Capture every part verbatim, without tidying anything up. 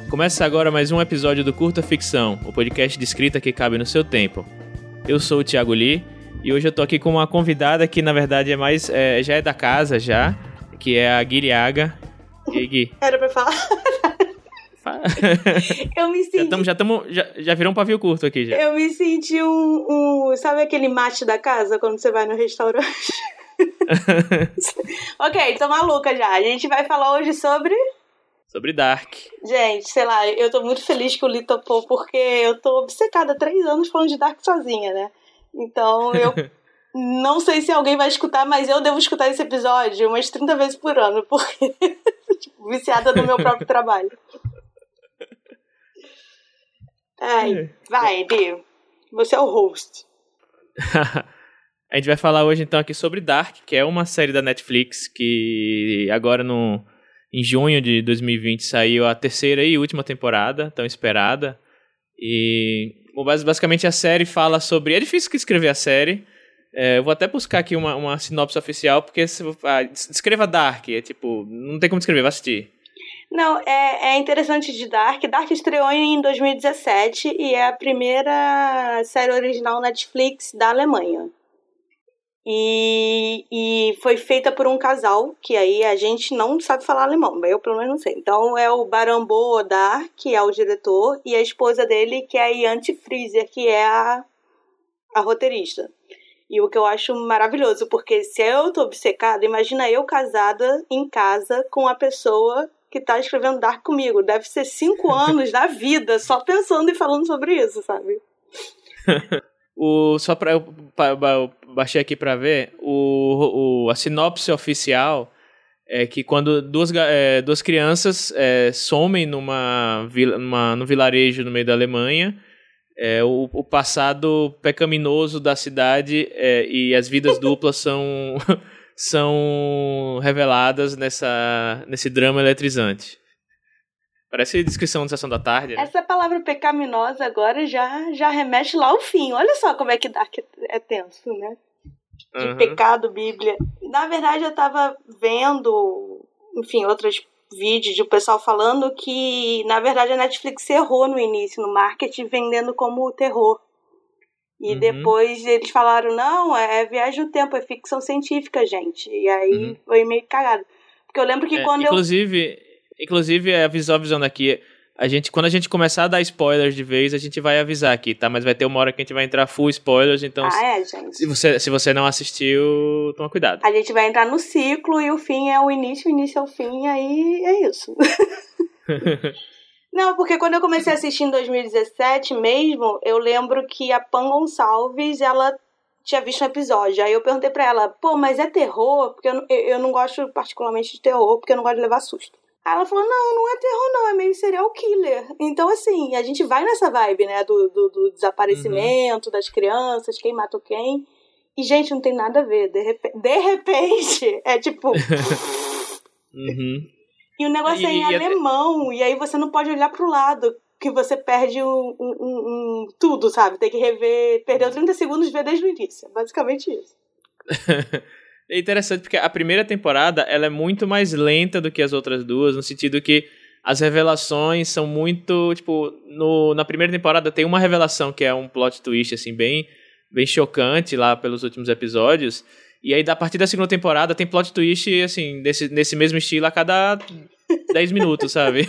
Começa agora mais um episódio do Curta Ficção, o podcast de escrita que cabe no seu tempo. Eu sou o Thiago Lee e hoje eu tô aqui com uma convidada que na verdade é mais, é, já é da casa já, que é a Guiriaga. E aí, Gui? Era pra falar? Eu me senti... Já, tamo, já, tamo, já, já virou um pavio curto aqui, já. Eu me senti um, um... Sabe aquele mate da casa, quando você vai no restaurante? Ok, tô maluca já. A gente vai falar hoje sobre... Sobre Dark. Gente, sei lá, eu tô muito feliz que o Lee topou, porque eu tô obcecada há três anos falando de Dark sozinha, né? Então, eu... Não sei se alguém vai escutar, mas eu devo escutar esse episódio umas trinta vezes por ano, porque... tipo, viciada no meu próprio trabalho. Ai, vai, Lee. Você é o host. A gente vai falar hoje então aqui sobre Dark, que é uma série da Netflix que agora no, em junho de dois mil e vinte saiu a terceira e última temporada, tão esperada. E basicamente a série fala sobre... É difícil escrever a série. É, eu vou até buscar aqui uma, uma sinopse oficial, porque se, ah, descreva Dark, é tipo, não tem como descrever, vai assistir. Não, é, é interessante de Dark. Dark estreou em dois mil e dezessete e é a primeira série original Netflix da Alemanha. E, e foi feita por um casal, que aí a gente não sabe falar alemão, eu pelo menos não sei. Então é o Baran-Bo Odar, que é o diretor, e a esposa dele, que é a Jantje Frieser, que é a, a roteirista. E o que eu acho maravilhoso, porque se eu tô obcecada, imagina eu casada em casa com a pessoa que tá escrevendo Dark comigo. Deve ser cinco anos da vida só pensando e falando sobre isso, sabe? o, só pra eu, eu baixei aqui pra ver, o, o, a sinopse oficial é que quando duas, é, duas crianças é, somem numa, numa, num vilarejo no meio da Alemanha, é, o, o passado pecaminoso da cidade é, e as vidas duplas são... são reveladas nessa, nesse drama eletrizante. Parece descrição de Sessão da Tarde, né? Essa palavra pecaminosa agora já, já remete lá ao fim. Olha só como é que Dark é tenso, né? De uhum. Pecado, Bíblia. Na verdade, eu tava vendo, enfim, outros vídeos de o pessoal falando que, na verdade, a Netflix errou no início, no marketing, vendendo como terror. E uhum. depois eles falaram, não, é viagem no tempo, é ficção científica, gente. E aí uhum. foi meio cagado. Porque eu lembro que é, quando inclusive, eu... Inclusive, é avisou avisando aqui, a gente, quando a gente começar a dar spoilers de vez, a gente vai avisar aqui, tá? Mas vai ter uma hora que a gente vai entrar full spoilers, então... Ah, é, gente? Se você, se você não assistiu, toma cuidado. A gente vai entrar no ciclo e o fim é o início, o início é o fim, aí é isso. Não, porque quando eu comecei a assistir em dois mil e dezessete mesmo, eu lembro que a Pan Gonçalves, ela tinha visto um episódio. Aí eu perguntei pra ela, pô, mas é terror? Porque eu, eu não gosto particularmente de terror, porque eu não gosto de levar susto. Aí ela falou, não, não é terror não, é meio serial killer. Então, assim, a gente vai nessa vibe, né, do, do, do desaparecimento, uhum. das crianças, quem matou quem. E, gente, não tem nada a ver. De repente, de repente é tipo... uhum. E o negócio e, é em e alemão, até... e aí você não pode olhar pro lado, que você perde um, um, um, um, tudo, sabe? Tem que rever, perdeu trinta segundos e ver desde o início. É basicamente isso. É interessante porque a primeira temporada, ela é muito mais lenta do que as outras duas, no sentido que as revelações são muito, tipo, no, na primeira temporada tem uma revelação que é um plot twist, assim, bem, bem chocante lá pelos últimos episódios. E aí, a partir da segunda temporada, tem plot twist, assim, desse, nesse mesmo estilo a cada dez minutos, sabe?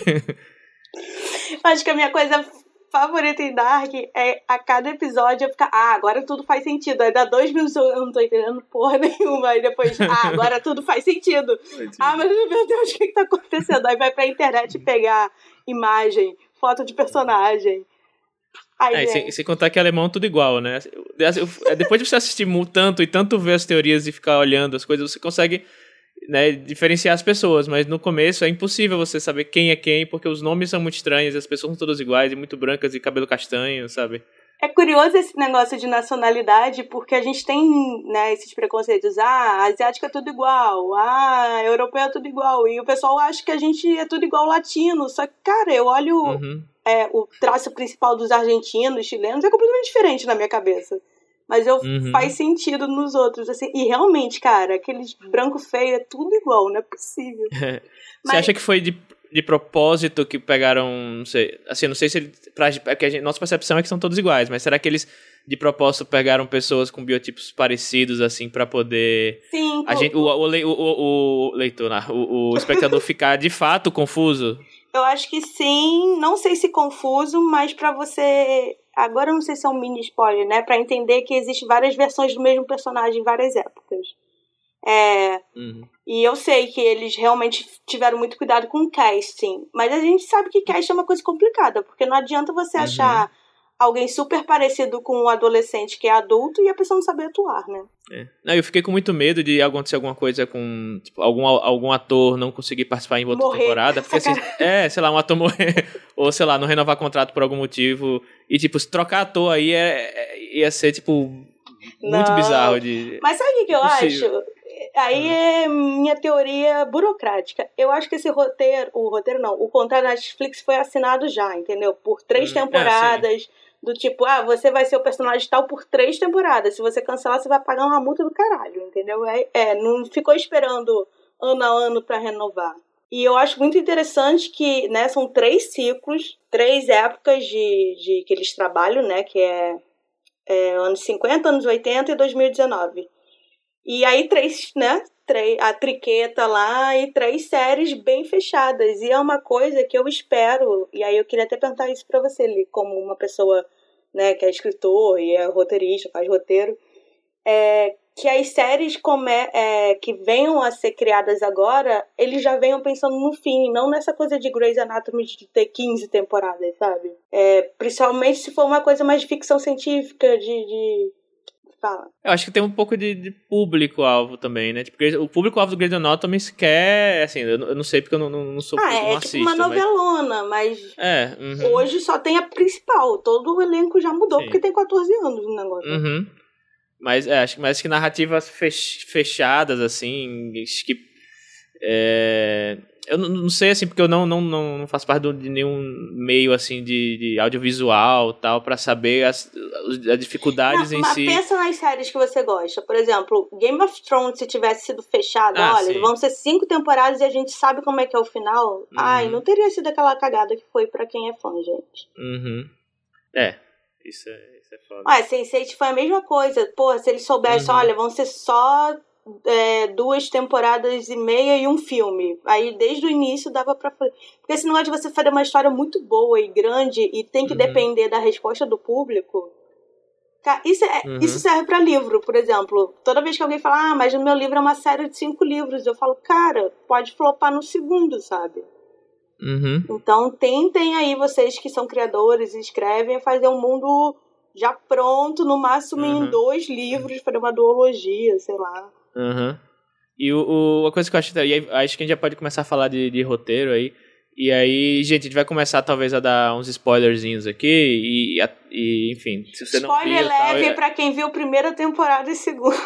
Acho que a minha coisa favorita em Dark é a cada episódio eu ficar, ah, agora tudo faz sentido. Aí dá dois minutos eu não tô entendendo porra nenhuma. Aí depois, ah, agora tudo faz sentido. Ah, mas meu Deus, o que que tá acontecendo? Aí vai pra internet pegar imagem, foto de personagem. Ai, é, e sem, sem contar que alemão é tudo igual, né? Depois de você assistir tanto e tanto ver as teorias e ficar olhando as coisas, você consegue, né, diferenciar as pessoas, mas no começo é impossível você saber quem é quem, porque os nomes são muito estranhos, as pessoas são todas iguais, e muito brancas e cabelo castanho, sabe? É curioso esse negócio de nacionalidade, porque a gente tem, né, esses preconceitos, ah, asiático é tudo igual, ah, europeu é tudo igual, e o pessoal acha que a gente é tudo igual latino, só que, cara, eu olho... Uhum. É, o traço principal dos argentinos, chilenos, é completamente diferente na minha cabeça. Mas eu, uhum. faz sentido nos outros, assim. E realmente, cara, aqueles branco feio é tudo igual, não é possível. É. Mas... Você acha que foi de... de propósito que pegaram, não sei, assim, não sei se ele, pra, é que a gente, nossa percepção é que são todos iguais, mas será que eles de propósito pegaram pessoas com biotipos parecidos, assim, pra poder Sim, a gente, o, o, o, o, o leitor, não, o, o espectador ficar de fato confuso? Eu acho que sim, não sei se confuso, mas pra você... Agora eu não sei se é um mini spoiler, né? Pra entender que existem várias versões do mesmo personagem em várias épocas. É... Uhum. E eu sei que eles realmente tiveram muito cuidado com o casting, mas a gente sabe que casting é uma coisa complicada, porque não adianta você uhum. achar alguém super parecido com um adolescente que é adulto e a pessoa não saber atuar, né? É. Não, eu fiquei com muito medo de acontecer alguma coisa com tipo, algum, algum ator não conseguir participar em outra morrer. temporada, porque assim, é, sei lá, um ator morrer, ou sei lá, não renovar contrato por algum motivo, e tipo, se trocar ator aí é, é, ia ser, tipo, muito não. bizarro de... Mas sabe o que eu acho? Aí é minha teoria burocrática. Eu acho que esse roteiro, o roteiro não, o contrato da Netflix foi assinado já, entendeu? Por três hum, temporadas, é, do tipo, ah, você vai ser o personagem tal por três temporadas. Se você cancelar, você vai pagar uma multa do caralho, entendeu? É, é não ficou esperando ano a ano pra renovar. E eu acho muito interessante que, né, são três ciclos, três épocas de, de que eles trabalham, né, que é, é anos cinquenta, anos oitenta e dois mil e dezenove. E aí três, né, três, a triqueta lá e três séries bem fechadas. E é uma coisa que eu espero, e aí eu queria até perguntar isso pra você, Li, como uma pessoa, né, que é escritor e é roteirista, faz roteiro, é, que as séries come, é, que venham a ser criadas agora, eles já venham pensando no fim, não nessa coisa de Grey's Anatomy de ter quinze temporadas, sabe? É, principalmente se for uma coisa mais de ficção científica, de... de... Fala. Eu acho que tem um pouco de, de público-alvo também, né? Tipo, o público-alvo do Grey's Anatomy quer, assim, eu, eu não sei porque eu não, não, não sou, ah, não é assisto. É tipo uma novelona, mas, mas é, uhum. hoje só tem a principal. Todo o elenco já mudou, sim, porque tem catorze anos no negócio. Uhum. Mas, é, acho, mas acho que narrativas fechadas, assim, acho que... É... Eu não, não sei, assim, porque eu não, não, não faço parte de nenhum meio, assim, de, de audiovisual e tal, pra saber as, as dificuldades não, em mas si. Mas pensa nas séries que você gosta. Por exemplo, Game of Thrones, se tivesse sido fechado, ah, olha, sim, vão ser cinco temporadas e a gente sabe como é que é o final. Uhum. Ai, não teria sido aquela cagada que foi pra quem é fã, gente. Uhum. É, isso é, isso é foda. Ah, sense eight foi a mesma coisa. Pô, se eles soubessem, uhum, olha, vão ser só... É, duas temporadas e meia e um filme. Aí, desde o início, dava pra fazer. Porque esse negócio de você fazer uma história muito boa e grande e tem que uhum. depender da resposta do público. Cara, isso, é, uhum. isso serve pra livro, por exemplo. Toda vez que alguém fala, ah, mas o meu livro é uma série de cinco livros, eu falo, cara, pode flopar no segundo, sabe? Uhum. Então, tentem aí, vocês que são criadores e escrevem, fazer um mundo já pronto, no máximo uhum. em dois livros, fazer uma duologia, sei lá. Uhum. E o, o, a coisa que eu acho... E aí, acho que a gente já pode começar a falar de, de roteiro aí. E aí, gente, a gente vai começar talvez a dar uns spoilerzinhos aqui. E, e enfim, se você Spoiler não viu... Spoiler leve tal, pra quem viu primeira temporada e segunda.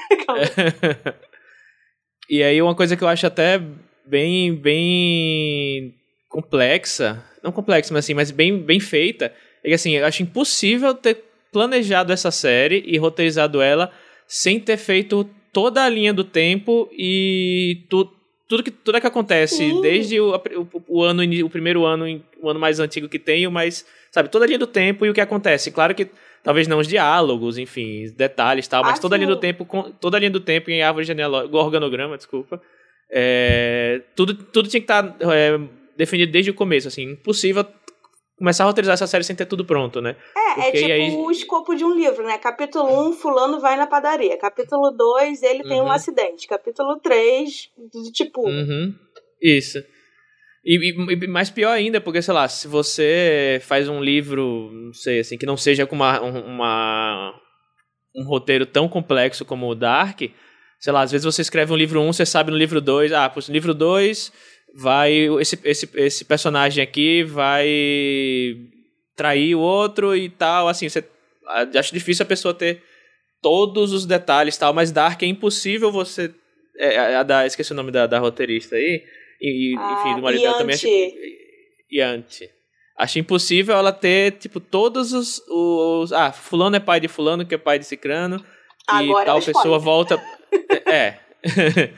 E aí, uma coisa que eu acho até bem, bem complexa... Não complexa, mas assim, mas bem, bem feita. É que assim, eu acho impossível ter planejado essa série e roteirizado ela sem ter feito toda a linha do tempo e tu, tudo, que, tudo que acontece, Sim. desde o, o, o ano, o primeiro ano, o ano mais antigo que tem, mas, sabe, toda a linha do tempo e o que acontece. Claro que talvez não os diálogos, enfim, detalhes e tal, mas ah, toda a linha do tempo, toda a linha do tempo em árvore genealógica, organograma, desculpa, é, tudo, tudo tinha que estar é, definido desde o começo, assim, impossível começar a roteirizar essa série sem ter tudo pronto, né? É, Porque é tipo aí... o escopo de um livro, né? Capítulo um, fulano vai na padaria. Capítulo dois, ele uhum. tem um acidente. Capítulo três, tipo... Uhum. Isso. E, e, mais pior ainda, porque, sei lá, se você faz um livro, não sei, assim, que não seja com uma, uma, um roteiro tão complexo como o Dark, sei lá, às vezes você escreve um livro um, você sabe no livro dois, ah, no livro dois... vai esse, esse, esse personagem aqui vai trair o outro e tal, assim, você, acho difícil a pessoa ter todos os detalhes e tal, mas Dark é impossível você é, a, a, esqueci o nome da, da roteirista aí e, ah, enfim, do marido dela também acho, Yanti. Acho impossível ela ter, tipo, todos os, os ah, fulano é pai de fulano que é pai de cicrano e Agora tal pessoa volta é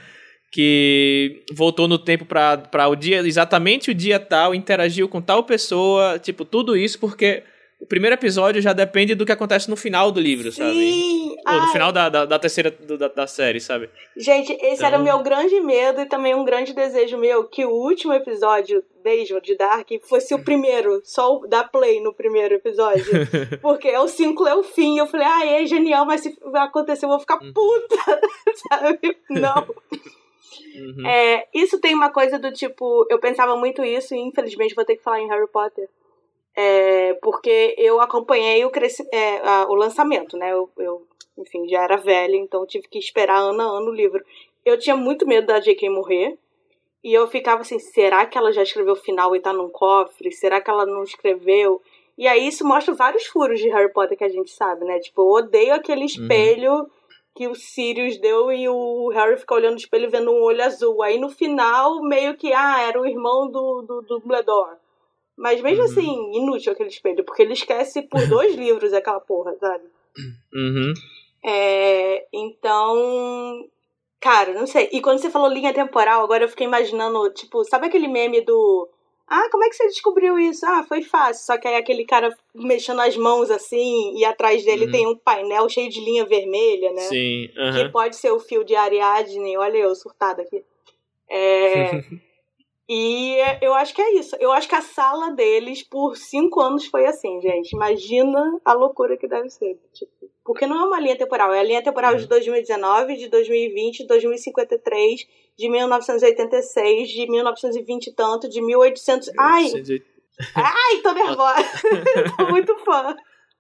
que voltou no tempo pra, pra o dia, exatamente o dia tal, interagiu com tal pessoa, tipo, tudo isso porque o primeiro episódio já depende do que acontece no final do livro, Sim. sabe? Ou no Ai. final da, da, da terceira do, da, da série, sabe? Gente, esse Então... era o meu grande medo e também um grande desejo meu, que o último episódio mesmo de Dark fosse o primeiro, só o da Play no primeiro episódio. Porque é o cinco, é o fim. Eu falei, ah, é genial, mas se acontecer eu vou ficar puta, sabe? Não. Uhum. É, isso tem uma coisa do tipo, eu pensava muito isso e infelizmente vou ter que falar em Harry Potter. É, porque eu acompanhei o, cresci- é, a, o lançamento, né? Eu, eu, enfim, já era velha, então tive que esperar ano a ano o livro. Eu tinha muito medo da J K morrer. E eu ficava assim, será que ela já escreveu o final e tá num cofre? Será que ela não escreveu? E aí isso mostra vários furos de Harry Potter que a gente sabe, né? Tipo, eu odeio aquele espelho uhum. que o Sirius deu e o Harry fica olhando no espelho e vendo um olho azul. Aí no final, meio que, ah, era o irmão do, do, do Dumbledore. Mas mesmo uhum. assim, inútil aquele espelho, porque ele esquece por dois livros aquela porra, sabe? Uhum. É, então, cara, não sei. E quando você falou linha temporal, agora eu fiquei imaginando, tipo, sabe aquele meme do... Ah, como é que você descobriu isso? Ah, foi fácil. Só que aí aquele cara mexendo as mãos assim, e atrás dele uhum. tem um painel cheio de linha vermelha, né? Sim. Uhum. Que pode ser o fio de Ariadne. Olha eu, surtada aqui. É... E eu acho que é isso. Eu acho que a sala deles por cinco anos foi assim, gente. Imagina a loucura que deve ser. Tipo, porque não é uma linha temporal. É a linha temporal de dois mil e dezenove, de dois mil e vinte, de dois mil e cinquenta e três, de mil novecentos e oitenta e seis, de mil novecentos e vinte e tanto, de mil e oitocentos... Ai! Ai, tô nervosa. Tô muito fã.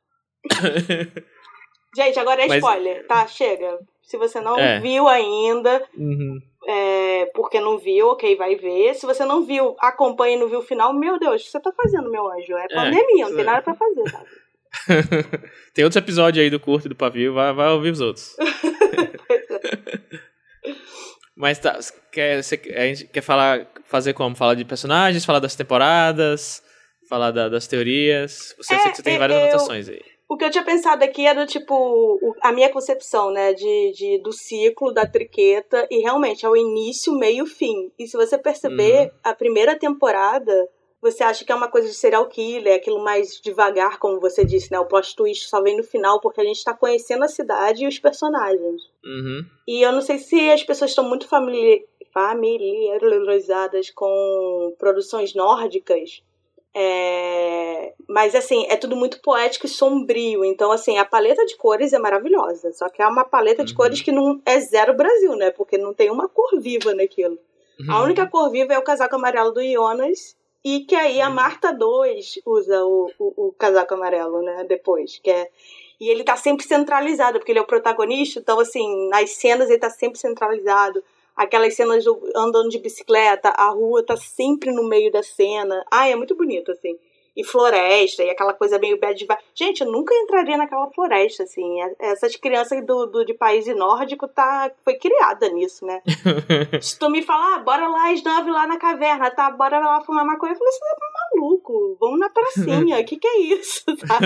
Gente, agora é Mas... spoiler, tá? Chega. Se você não é. viu ainda... Uhum. É, porque não viu, ok, vai ver. Se você não viu, acompanha e não viu o final, meu Deus, o que você tá fazendo, meu anjo? É pandemia, é, não tem nada pra fazer, sabe? Tem outros episódios aí do curto e do pavio, vai, vai ouvir os outros. Mas tá, quer, você, a gente quer falar, fazer como? Falar de personagens, falar das temporadas, falar da, das teorias. Você, é, você tem várias eu... anotações aí. O que eu tinha pensado aqui era, tipo, a minha concepção, né, de, de, do ciclo, da triqueta, e realmente é o início, meio, fim. E se você perceber, uhum. a primeira temporada, você acha que é uma coisa de serial killer, aquilo mais devagar, como você disse, né, o plot twist só vem no final, porque a gente tá conhecendo a cidade e os personagens. Uhum. E eu não sei se as pessoas estão muito famili- familiarizadas com produções nórdicas, É... mas assim, é tudo muito poético e sombrio. Então assim, a paleta de cores é maravilhosa. Só que é uma paleta de uhum. cores que não é zero Brasil, né? Porque não tem uma cor viva naquilo. Uhum. A única cor viva é o casaco amarelo do Jonas. E que aí a Marta dois usa o, o, o casaco amarelo, né? Depois, que é... E ele tá sempre centralizado, porque ele é o protagonista. Então assim, nas cenas ele tá sempre centralizado. Aquelas cenas do, andando de bicicleta, a rua tá sempre no meio da cena. Ai, é muito bonito, assim. E floresta, e aquela coisa meio bad vibe. Gente, eu nunca entraria naquela floresta, assim. Essas crianças do, do, de país nórdico tá, foi criada nisso, né? Se tu me falar, ah, bora lá às nove lá na caverna, tá? Bora lá fumar maconha. Eu falei, você é maluco, vamos na pracinha. O que que é isso,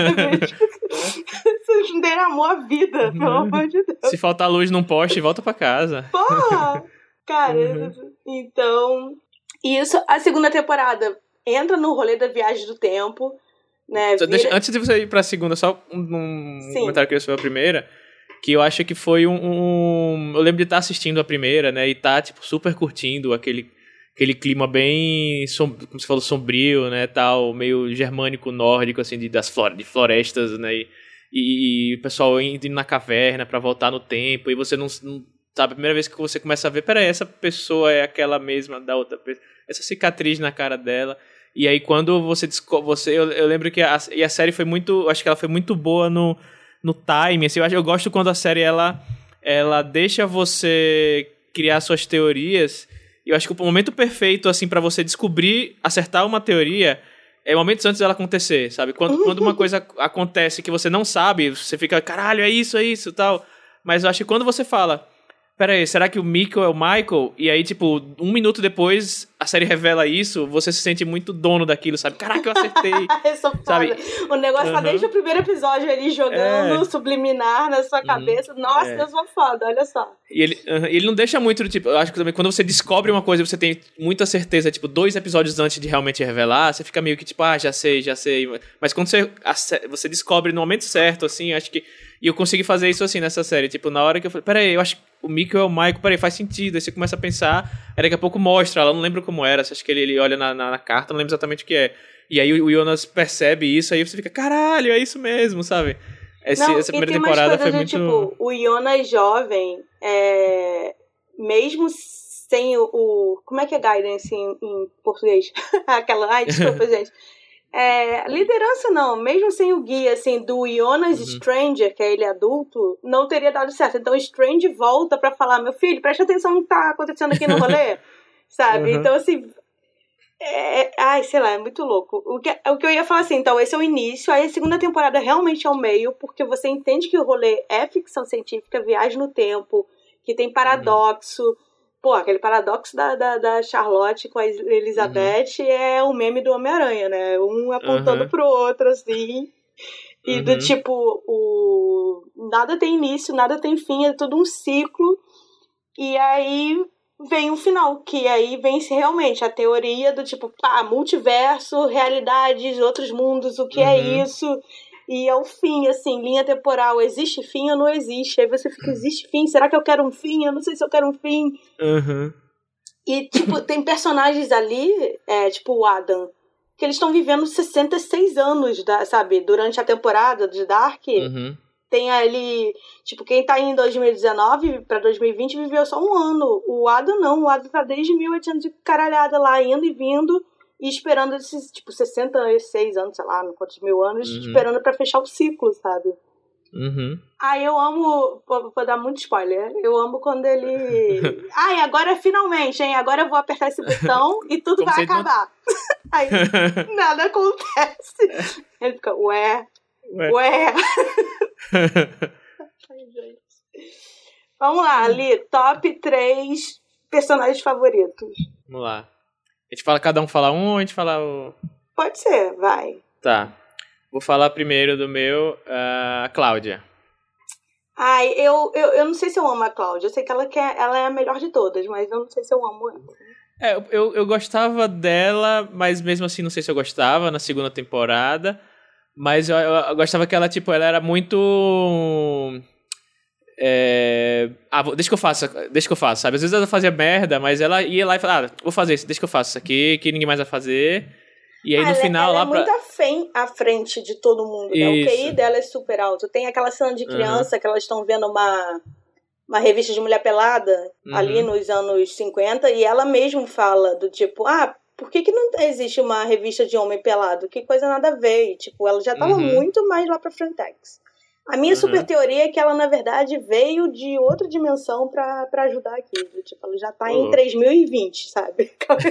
sabe? Vocês não deram amor à vida, pelo amor de Deus. Se faltar luz num poste, volta pra casa. Porra! Cara, uhum. então... Isso, a segunda temporada entra no rolê da viagem do tempo, né? Vira... Deixa, antes de você ir pra segunda, só um, um comentário que eu sobre a primeira, que eu acho que foi um, um... Eu lembro de estar assistindo a primeira, né? E tá, tipo, super curtindo aquele, aquele clima bem, som, como você falou, sombrio, né? Tal, meio germânico, nórdico, assim, de, das flor, de florestas, né? E, e, e o pessoal indo na caverna pra voltar no tempo, e você não... não sabe, a primeira vez que você começa a ver, peraí, essa pessoa é aquela mesma da outra pessoa, essa cicatriz na cara dela. E aí quando você descobre, você, eu, eu lembro que a, e a série foi muito, acho que ela foi muito boa no, no timing, assim, eu, eu gosto quando a série, ela, ela deixa você criar suas teorias, e eu acho que o momento perfeito, assim, pra você descobrir, acertar uma teoria, é momentos antes dela acontecer, sabe? Quando, quando uma coisa acontece que você não sabe, você fica, caralho, é isso, é isso, tal. Mas eu acho que quando você fala... pera aí, será que o Mikko é o Michael? E aí, tipo, um minuto depois, a série revela isso, você se sente muito dono daquilo, sabe? Caraca, eu acertei. Eu sou sabe? O negócio uhum. tá desde o primeiro episódio ali jogando, é. subliminar na sua cabeça. Uhum. Nossa, é. eu sou foda, olha só. E ele, uhum, ele não deixa muito, tipo, eu acho que também quando você descobre uma coisa, você tem muita certeza, tipo, dois episódios antes de realmente revelar, você fica meio que tipo, ah, já sei, já sei. Mas quando você, você descobre no momento certo, assim, acho que... E eu consegui fazer isso assim nessa série, tipo, na hora que eu falei, peraí, eu acho que o Mikko é o Michael, peraí, faz sentido. Aí você começa a pensar, aí daqui a pouco mostra, ela não lembra como era, você acha que ele, ele olha na, na, na carta, não lembra exatamente o que é. E aí o, o Jonas percebe isso, aí você fica, caralho, é isso mesmo, sabe? Esse, não, essa primeira temporada foi do, muito... Tipo, o Jonas jovem, é... mesmo sem o, o... Como é que é guidance em, em português? Aquela... Ai, desculpa, gente. É, liderança não, mesmo sem o guia assim, do Jonas uhum. Stranger, que é ele adulto, não teria dado certo. Então o Strange volta pra falar, meu filho, presta atenção no que tá acontecendo aqui no rolê, sabe? Uhum. Então assim, é, ai, sei lá, é muito louco. O que, o que eu ia falar assim, então esse é o início, aí a segunda temporada realmente é o meio, porque você entende que o rolê é ficção científica, viagem no tempo, que tem paradoxo. Uhum. Pô, aquele paradoxo da, da, da Charlotte com a Elizabeth uhum. é o meme do Homem-Aranha, né? Um apontando uhum. pro outro, assim. E uhum. do tipo, o... nada tem início, nada tem fim, é tudo um ciclo. E aí vem o final, que aí vence realmente a teoria do tipo, pá, multiverso, realidades, outros mundos, o que uhum. é isso? E é o fim, assim, linha temporal. Existe fim ou não existe? Aí você fica, existe fim? Será que eu quero um fim? Eu não sei se eu quero um fim. Uhum. E, tipo, tem personagens ali, é, tipo o Adam, que eles estão vivendo sessenta e seis anos, da, sabe? Durante a temporada de Dark. Uhum. Tem ali, tipo, quem tá em dois mil e dezenove pra dois mil e vinte viveu só um ano. O Adam não, o Adam tá desde mil e oitocentos de caralhada lá, indo e vindo. E esperando esses, tipo, sessenta e seis anos, sei lá, não quantos mil anos, uhum. esperando pra fechar o ciclo, sabe? Uhum. Aí eu amo, vou, vou dar muito spoiler, eu amo quando ele... Ai, agora finalmente, hein? Agora eu vou apertar esse botão e tudo Como vai acabar. Não... Aí nada acontece. Ele fica, ué, ué. ué. Ai, gente. Vamos lá, Ali, top três personagens favoritos. Vamos lá. A gente fala, cada um fala um ou a gente fala o... Pode ser, vai. Tá. Vou falar primeiro do meu, a uh, Cláudia. Ai, eu, eu, eu não sei se eu amo a Cláudia. Eu sei que ela, quer, ela é a melhor de todas, mas eu não sei se eu amo ela. É, eu, eu gostava dela, mas mesmo assim não sei se eu gostava na segunda temporada. Mas eu, eu, eu gostava que ela, tipo, ela era muito... É... Ah, deixa que eu faça, deixa que eu faça, sabe? Às vezes ela fazia merda, mas ela ia lá e falava, ah, vou fazer isso, deixa que eu faça isso aqui, que ninguém mais vai fazer. E aí ah, no ela, final ela lá é pra... muito à frente de todo mundo, né? O Q I dela é super alto. Tem aquela cena de criança uhum. que elas estão vendo uma, uma revista de mulher pelada uhum. ali nos anos cinquenta, e ela mesmo fala do tipo, ah, por que que não existe uma revista de homem pelado? Que coisa nada a ver. E, tipo, ela já tava uhum. muito mais lá pra Frentex. A minha uhum. super teoria é que ela, na verdade, veio de outra dimensão pra, pra ajudar aqui. Tipo, ela já tá oh. em três mil e vinte, sabe?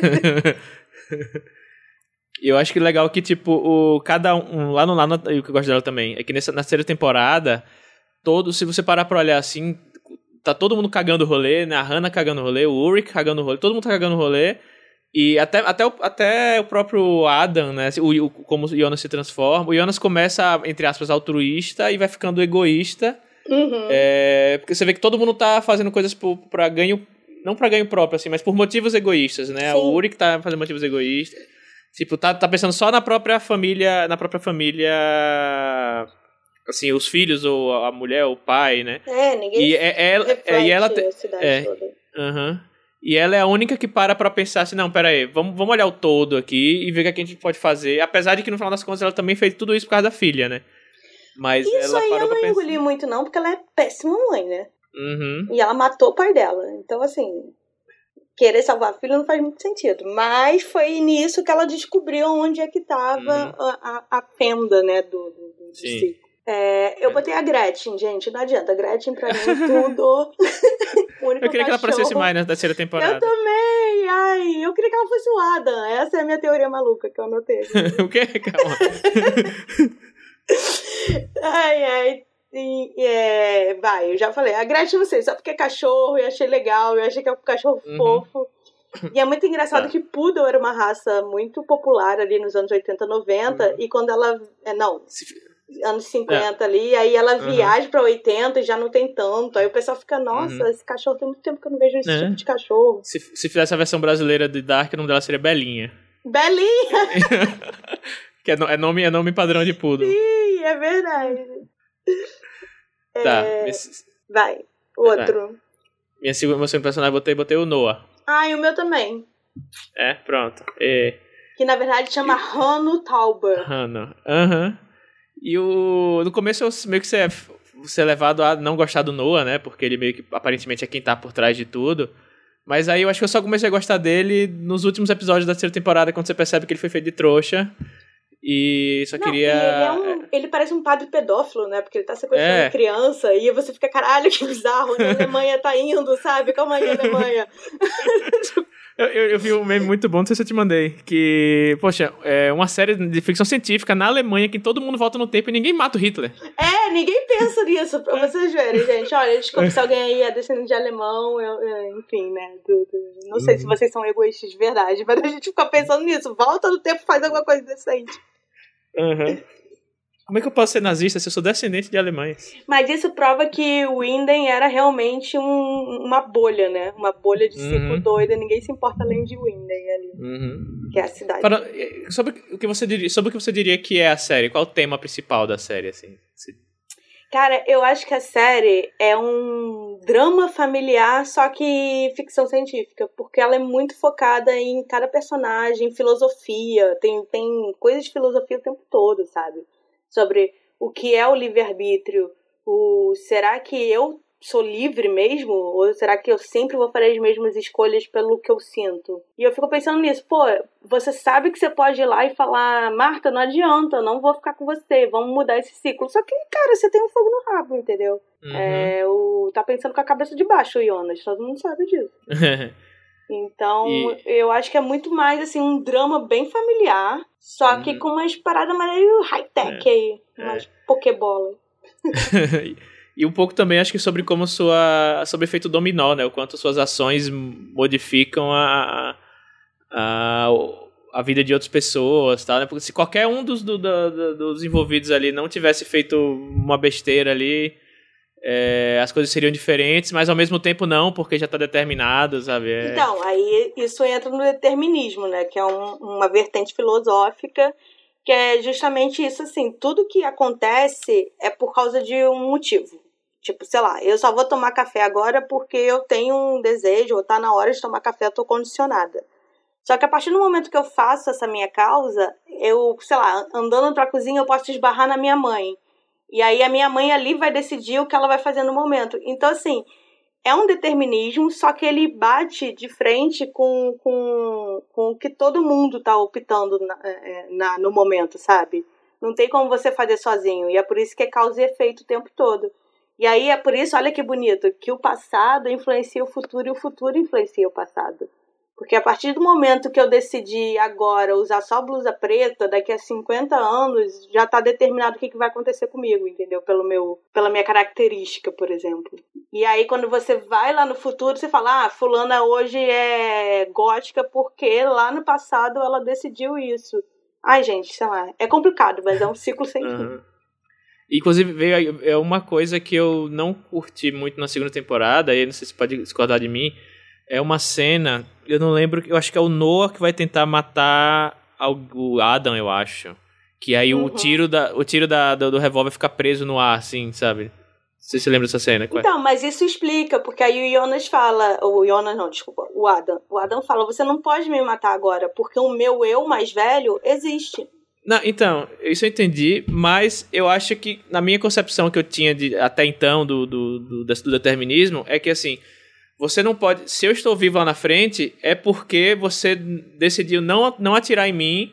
Eu acho que legal que, tipo, o, cada um... Lá no... Lá no eu que gosto dela também. É que nessa, na terceira temporada, todo, se você parar pra olhar assim, tá todo mundo cagando o rolê, né? A Hannah cagando o rolê, o Ulrich cagando o rolê, todo mundo tá cagando o rolê. E até, até, o, até o próprio Adam, né? O, o, como o Jonas se transforma. O Jonas começa, entre aspas, altruísta e vai ficando egoísta. Uhum. É, porque você vê que todo mundo tá fazendo coisas por, pra ganho... Não pra ganho próprio, assim, mas por motivos egoístas, né? Sim. O Ulrich tá fazendo motivos egoístas. Tipo, tá, tá pensando só na própria família... Na própria família... Assim, os filhos, ou a mulher, ou o pai, né? É, ninguém e é, ela, é, e ela te, a cidade é, toda. Uhum. E ela é a única que para pra pensar assim, não, pera aí, vamos, vamos olhar o todo aqui e ver o que a gente pode fazer. Apesar de que, no final das contas, ela também fez tudo isso por causa da filha, né? Mas isso ela aí parou eu não pra engoli pensar. muito, não, porque ela é péssima mãe, né? Uhum. E ela matou o pai dela. Então, assim, querer salvar a filha não faz muito sentido. Mas foi nisso que ela descobriu onde é que tava uhum. a, a, a fenda, né, do, do, do ciclo. É, eu botei a Gretchen, gente, não adianta. A Gretchen pra mim é tudo. Eu queria cachorro. que ela aparecesse mais na terceira temporada. Eu também, ai, eu queria que ela fosse o Adam. Essa é a minha teoria maluca que eu anotei. O quê? Calma. Ai, ai. E, é, vai, eu já falei. A Gretchen, não sei, só porque é cachorro, eu achei legal, eu achei que é um cachorro uhum. fofo. E é muito engraçado ah. que Poodle era uma raça muito popular ali nos anos oitenta, noventa, uhum. e quando ela... É, não, Se... anos cinquenta é. ali, aí ela uhum. viaja pra oitenta e já não tem tanto. Aí o pessoal fica, nossa, uhum. esse cachorro tem muito tempo que eu não vejo esse é. tipo de cachorro. Se, se fizesse a versão brasileira de Dark, o nome dela seria Belinha. Belinha! Que é, é, nome, é nome padrão de Poodle. Sim, é verdade. Tá. É... Vai, outro. Vai. Minha segunda, meu segundo personagem, botei, botei o Noah. Ah, e o meu também. É, pronto. E... Que na verdade chama Hanno Tauber. Hanno, aham. Uhum. E o... no começo eu meio que você, você é levado a não gostar do Noah, né? Porque ele meio que aparentemente é quem tá por trás de tudo. Mas aí eu acho que eu só comecei a gostar dele nos últimos episódios da terceira temporada, quando você percebe que ele foi feito de trouxa. E só não, queria... Ele, é um, ele parece um padre pedófilo, né? Porque ele tá sequestrando é. criança e você fica, caralho, que bizarro. Onde a Alemanha tá indo, sabe? Calma aí, Alemanha. eu, eu, eu vi um meme muito bom, não sei se eu te mandei. Que, poxa, é uma série de ficção científica na Alemanha que todo mundo volta no tempo e ninguém mata o Hitler. É, ninguém pensa nisso, pra vocês verem, gente. Olha, desculpa se alguém aí é descendente de alemão, eu, eu, enfim, né? Do, do, não sei uhum. se vocês são egoístas de verdade, mas a gente fica pensando nisso. Volta no tempo e faz alguma coisa decente. Uhum. Como é que eu posso ser nazista se eu sou descendente de alemães? Mas isso prova que o Winden era realmente um, uma bolha, né? Uma bolha de ciclo uhum. doida. Ninguém se importa além de Winden ali. Uhum. Que é a cidade. Para, sobre, o que você diria, sobre o que você diria que é a série? Qual o tema principal da série? Assim? Se... Cara, eu acho que a série é um drama familiar, só que ficção científica, porque ela é muito focada em cada personagem, filosofia, tem, tem coisas de filosofia o tempo todo, sabe? Sobre o que é o livre-arbítrio, o será que eu sou livre mesmo? Ou será que eu sempre vou fazer as mesmas escolhas pelo que eu sinto? E eu fico pensando nisso, pô, você sabe que você pode ir lá e falar, Marta, não adianta, não vou ficar com você, vamos mudar esse ciclo. Só que, cara, você tem um fogo no rabo, entendeu? Uhum. É, o, tá pensando com a cabeça de baixo, o Jonas, todo mundo sabe disso. Então, e... eu acho que é muito mais, assim, um drama bem familiar, só que uhum. com umas paradas meio high-tech é. aí, umas é. pokebola. E um pouco também, acho que sobre como sua... sobre o efeito dominó, né? O quanto suas ações modificam a... a, a vida de outras pessoas, tá? Né? Porque se qualquer um dos, do, do, dos envolvidos ali não tivesse feito uma besteira ali, é, as coisas seriam diferentes, mas ao mesmo tempo não, porque já tá determinado, sabe? É... Então, aí isso entra no determinismo, né? Que é um, uma vertente filosófica, que é justamente isso, assim, tudo que acontece é por causa de um motivo. Tipo, sei lá, eu só vou tomar café agora porque eu tenho um desejo, ou tá na hora de tomar café, eu tô condicionada. Só que a partir do momento que eu faço essa minha causa, eu, sei lá, andando pra cozinha, eu posso esbarrar na minha mãe. E aí a minha mãe ali vai decidir o que ela vai fazer no momento. Então, assim, é um determinismo, só que ele bate de frente com, com, com o que todo mundo tá optando na, na, no momento, sabe? Não tem como você fazer sozinho. E é por isso que é causa e efeito o tempo todo. E aí é por isso, olha que bonito, que o passado influencia o futuro e o futuro influencia o passado. Porque a partir do momento que eu decidi agora usar só blusa preta, daqui a cinquenta anos já está determinado o que, que vai acontecer comigo, entendeu? Pelo meu, pela minha característica, por exemplo. E aí quando você vai lá no futuro, você fala, ah, fulana hoje é gótica porque lá no passado ela decidiu isso. Ai, gente, sei lá, é complicado, mas é um ciclo sem fim. Uhum. Inclusive, veio é uma coisa que eu não curti muito na segunda temporada, aí não sei se você pode discordar de mim, é uma cena, eu não lembro, eu acho que é o Noah que vai tentar matar o Adam, eu acho. Que aí uhum. o tiro, da, o tiro da, do, do revólver fica preso no ar, assim, sabe? Não sei se você lembra dessa cena. Então, mas isso explica, porque aí o Jonas fala, o Jonas não, desculpa, o Adam. O Adam fala, você não pode me matar agora, porque o meu eu mais velho existe. Não, então, isso eu entendi, mas eu acho que, na minha concepção que eu tinha de, até então do, do, do, do determinismo, é que assim, você não pode, se eu estou vivo lá na frente, é porque você decidiu não, não atirar em mim,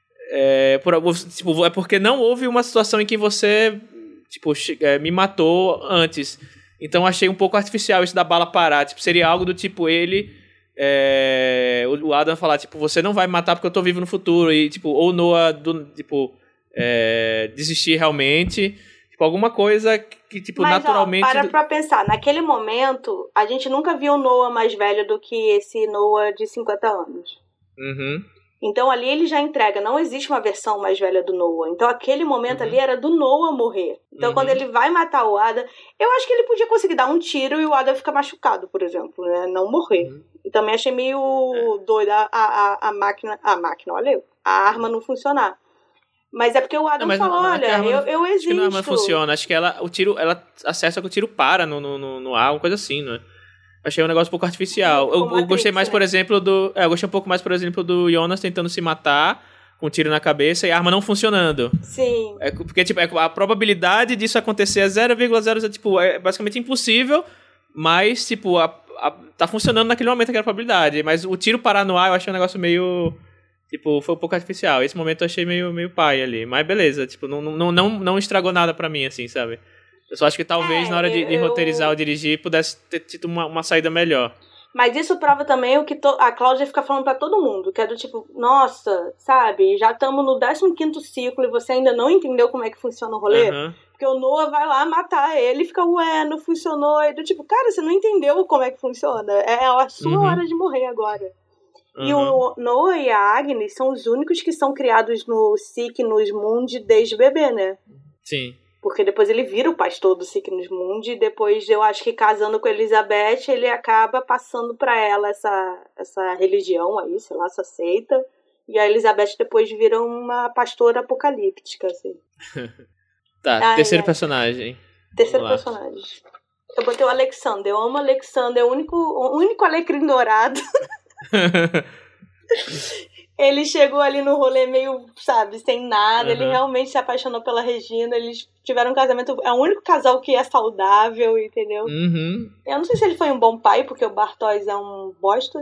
é, por, tipo, é porque não houve uma situação em que você tipo, é, me matou antes. Então achei um pouco artificial isso da bala parar, tipo, seria algo do tipo ele... É, o Adam falar, tipo, você não vai me matar porque eu tô vivo no futuro, e tipo, ou Noah do, tipo, é, desistir realmente, Tipo, alguma coisa que, tipo, Mas, naturalmente... Mas, para pra pensar. Naquele momento, a gente nunca viu o Noah mais velho do que esse Noah de cinquenta anos. Uhum. Então, ali ele já entrega. Não existe uma versão mais velha do Noah. Então, aquele momento uhum. ali era do Noah morrer. Então, uhum. quando ele vai matar o Adam... Eu acho que ele podia conseguir dar um tiro e o Adam ficar machucado, por exemplo, né? Não morrer. Uhum. E também achei meio é. doido a, a, a máquina... A máquina, olha eu. A arma não funcionar. Mas é porque o Adam não, falou, não, olha, eu, eu, eu existo. Acho que não, a arma funciona. Acho que ela, o tiro, ela acessa que o tiro para no, no, no ar, uma coisa assim, né? Achei um negócio um pouco artificial. Eu, eu gostei mais, né? por exemplo, do... É, eu gostei um pouco mais, por exemplo, do Jonas tentando se matar com um tiro na cabeça e a arma não funcionando. Sim. É, porque, tipo, a probabilidade disso acontecer é zero vírgula zero, tipo, é basicamente impossível, mas, tipo, a, a, tá funcionando naquele momento aquela probabilidade. Mas o tiro parar no ar eu achei um negócio meio... Tipo, foi um pouco artificial. Esse momento eu achei meio, meio pai ali. Mas beleza, tipo, não, não, não, não estragou nada pra mim, assim, sabe? Eu só acho que talvez é, na hora de, de eu... roteirizar ou dirigir pudesse ter tido uma, uma saída melhor. Mas isso prova também o que to... a Cláudia fica falando pra todo mundo, que é do tipo, nossa, sabe, já estamos no décimo quinto ciclo e você ainda não entendeu como é que funciona o rolê? Uhum. Porque o Noah vai lá matar ele e fica, ué, não funcionou. E do tipo, cara, você não entendeu como é que funciona. É a sua uhum. hora de morrer agora. Uhum. E o Noah e a Agnes são os únicos que são criados no Cygnus Mundi desde bebê, né? Sim. Porque depois ele vira o pastor do Cygnus Mundi e depois, eu acho que casando com a Elizabeth, ele acaba passando pra ela essa, essa religião aí, sei lá, essa seita. E a Elizabeth depois vira uma pastora apocalíptica, assim. Tá, ai, terceiro ai. personagem. Terceiro personagem. Eu botei o Alexander. Eu amo o Alexander, o único, o único alecrim dourado. Ele chegou ali no rolê meio, sabe, sem nada. Uhum. Ele realmente se apaixonou pela Regina. Eles tiveram um casamento... É o único casal que é saudável, entendeu? Uhum. Eu não sei se ele foi um bom pai, porque o Bartosz é um bosta.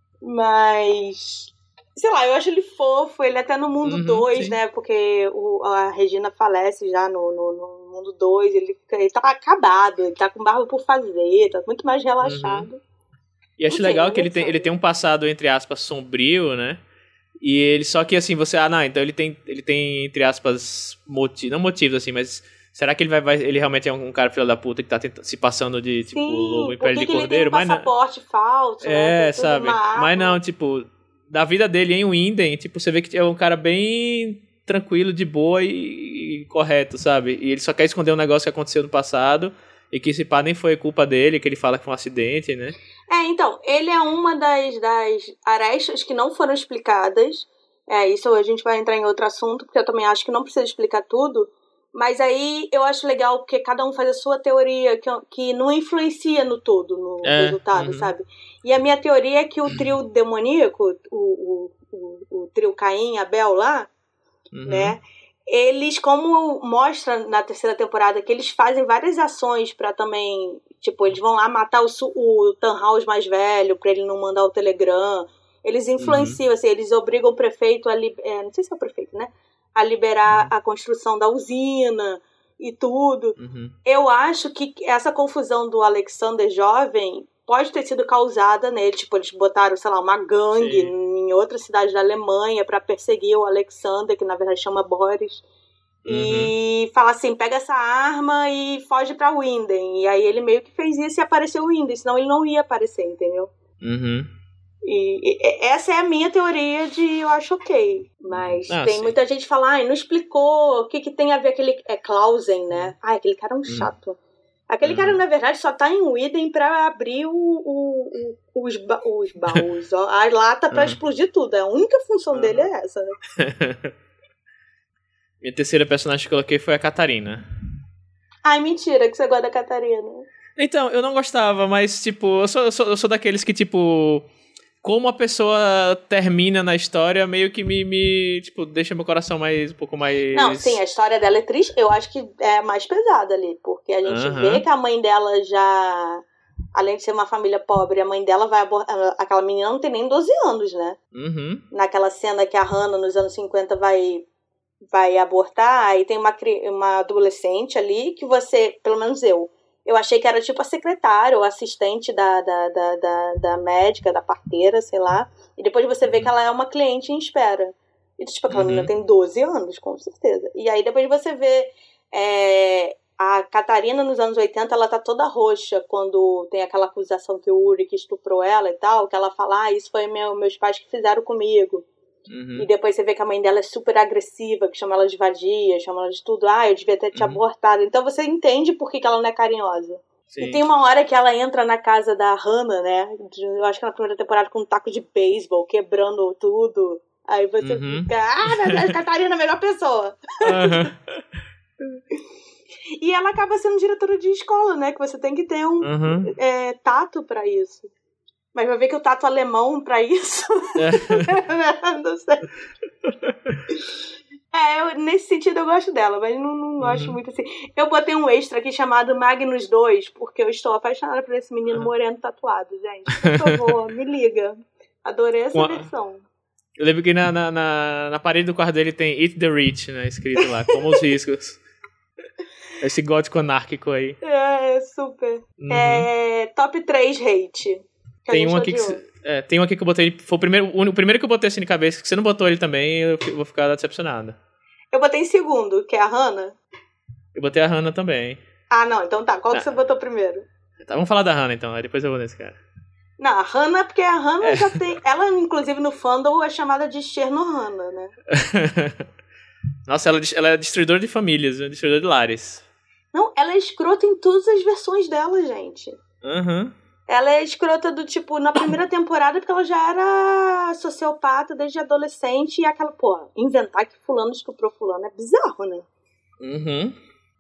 Mas... Sei lá, eu acho ele fofo. Ele até no mundo dois, uhum, né? Porque o, a Regina falece já no, no, no mundo dois. Ele, ele tá acabado. Ele tá com barba por fazer. Tá muito mais relaxado. Uhum. E acho legal sei, que ele tem, ele tem um passado, entre aspas, sombrio, né? E ele, só que assim, você, ah, não, então ele tem, ele tem entre aspas, motivos, não motivos assim, mas será que ele vai, vai ele realmente é um cara filho da puta que tá tenta, se passando de, tipo, sim, lobo em pele de cordeiro? Ele tem um passaporte mas falso, é, né? sabe? Mas não, tipo, da vida dele em Winden, tipo, você vê que é um cara bem tranquilo, de boa e, e correto, sabe? E ele só quer esconder um negócio que aconteceu no passado e que esse pá nem foi culpa dele, que ele fala que foi um acidente, né? É, então, ele é uma das, das arestas que não foram explicadas. É, isso a gente vai entrar em outro assunto, porque eu também acho que não precisa explicar tudo. Mas aí eu acho legal, porque cada um faz a sua teoria, que, que não influencia no todo, no é, resultado, uhum. sabe? E a minha teoria é que o trio demoníaco, o, o, o, o trio Caim e Abel lá, uhum. né? Eles, como mostra na terceira temporada, que eles fazem várias ações pra também... Tipo, eles vão lá matar o, o Tannhaus mais velho, pra ele não mandar o telegram. Eles influenciam, uhum. assim, eles obrigam o prefeito a... É, não sei se é o prefeito, né? A liberar uhum. a construção da usina e tudo. Uhum. Eu acho que essa confusão do Alexander jovem pode ter sido causada nele. Tipo, eles botaram, sei lá, uma gangue Sim. em outra cidade da Alemanha pra perseguir o Alexander, que na verdade chama Boris. Uhum. E fala assim, pega essa arma e foge pra Winden. E aí ele meio que fez isso e apareceu o Winden, senão ele não ia aparecer, entendeu? Uhum. E, e essa é a minha teoria de eu acho ok. Mas ah, tem sim. muita gente que fala, ai, não explicou o que, que tem a ver aquele... É Clausen, né? Ai, aquele cara é um chato. Uhum. Aquele uhum. cara, na verdade, só tá em Winden pra abrir o, o, o, os, ba- os baús, ó, a lata pra uhum. explodir tudo. A única função uhum. dele é essa, né? Minha terceira personagem que eu coloquei foi a Catarina. Ai, mentira, que você gosta da Catarina. Então, eu não gostava, mas, tipo, eu sou, eu sou, eu sou daqueles que, tipo... Como a pessoa termina na história, meio que me, me tipo, deixa meu coração mais, um pouco mais... Não, sim, a história dela é triste. Eu acho que é mais pesada ali, porque a gente uhum. vê que a mãe dela já... Além de ser uma família pobre, a mãe dela vai abortar... Aquela menina não tem nem doze anos, né? Uhum. Naquela cena que a Hannah, nos anos cinquenta, vai, vai abortar, aí tem uma, uma adolescente ali que você, pelo menos eu... Eu achei que era tipo a secretária ou assistente da, da, da, da, da médica, da parteira, sei lá. E depois você vê que ela é uma cliente em espera. E tipo, aquela uhum. menina tem doze anos, com certeza. E aí depois você vê é, a Catarina, nos anos oitenta, ela tá toda roxa quando tem aquela acusação que o Ulrich estuprou ela e tal, que ela fala, ah, isso foi meu, meus pais que fizeram comigo. Uhum. E depois você vê que a mãe dela é super agressiva, que chama ela de vadia, chama ela de tudo, ah, eu devia ter te uhum. abortado. Então você entende por que, que ela não é carinhosa. Sim. E tem uma hora que ela entra na casa da Hannah, né, eu acho que na primeira temporada, com um taco de beisebol, quebrando tudo. Aí você uhum. fica, ah, meu Deus, Catarina é a melhor pessoa. Uhum. E ela acaba sendo diretora de escola, né? Que você tem que ter um uhum. é, tato pra isso. Mas vai ver que o tato alemão pra isso... É. Não sei. É, eu, nesse sentido eu gosto dela, mas não, não gosto uhum. muito assim. Eu botei um extra aqui chamado Magnus dois, porque eu estou apaixonada por esse menino uhum. moreno tatuado, gente. Por favor, me liga. Adorei essa Uma... versão. Eu lembro que na, na, na, na parede do quarto dele tem Eat the Rich, né? Escrito lá, como os riscos. Esse gótico anárquico aí. É, super. Uhum. É, top três hate. Tem um, aqui que, é, tem um aqui que eu botei. Foi o primeiro, o primeiro que eu botei assim de cabeça, que você não botou ele também, eu vou ficar decepcionado. Eu botei em segundo, que é a Hannah. Eu botei a Hannah também. Ah, não, então tá. Qual ah. que você botou primeiro? Tá, vamos falar da Hannah então, aí depois eu vou nesse cara. Não, a Hannah, porque a Hannah é. já tem... Ela, inclusive, no fandom é chamada de Chernohannah, né? Nossa, ela, ela é destruidora de famílias, né? Destruidora de lares. Não, ela é escrota em todas as versões dela, gente. Uhum. Ela é escrota do tipo, na primeira temporada, porque ela já era sociopata desde adolescente, e aquela, pô, inventar que fulano estuprou fulano é bizarro, né? Uhum.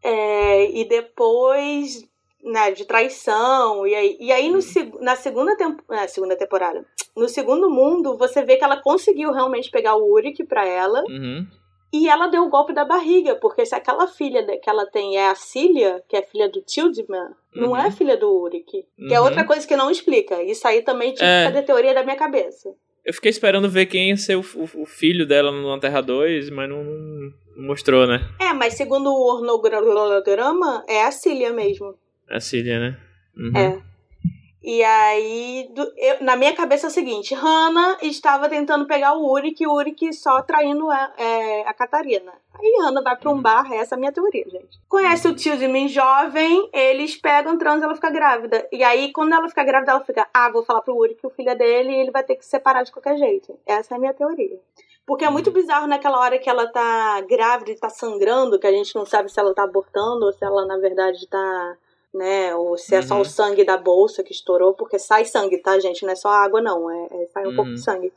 É, e depois, né, de traição, e aí, e aí no, na segunda, tempo, na segunda temporada, no segundo mundo, você vê que ela conseguiu realmente pegar o Ulrich pra ela, uhum. e ela deu o golpe da barriga, porque se aquela filha que ela tem é a Cilia, que é filha do Tildman, uhum. não é filha do Ulrich. Uhum. Que é outra coisa que não explica. Isso aí também tinha é. que fazer teoria da minha cabeça. Eu fiquei esperando ver quem ia ser o, o, o filho dela no Terra dois, mas não, não mostrou, né? É, mas segundo o ornograma, é a Cilia mesmo. É a Cilia, né? Uhum. É. E aí, do, eu, na minha cabeça é o seguinte, Hannah estava tentando pegar o Ulrich e o Ulrich só traindo a, é, a Catarina. Aí Hannah vai pra um bar, essa é a minha teoria, gente. Conhece o tio de mim jovem, eles pegam, transam, ela fica grávida. E aí, quando ela fica grávida, ela fica, ah, vou falar pro Ulrich que o filho é dele e ele vai ter que se separar de qualquer jeito. Essa é a minha teoria. Porque é muito bizarro naquela hora que ela tá grávida e tá sangrando, que a gente não sabe se ela tá abortando ou se ela, na verdade, tá... né, ou se é uhum. só o sangue da bolsa que estourou, porque sai sangue, tá, gente? Não é só água, não, é, é sai um uhum. pouco de sangue.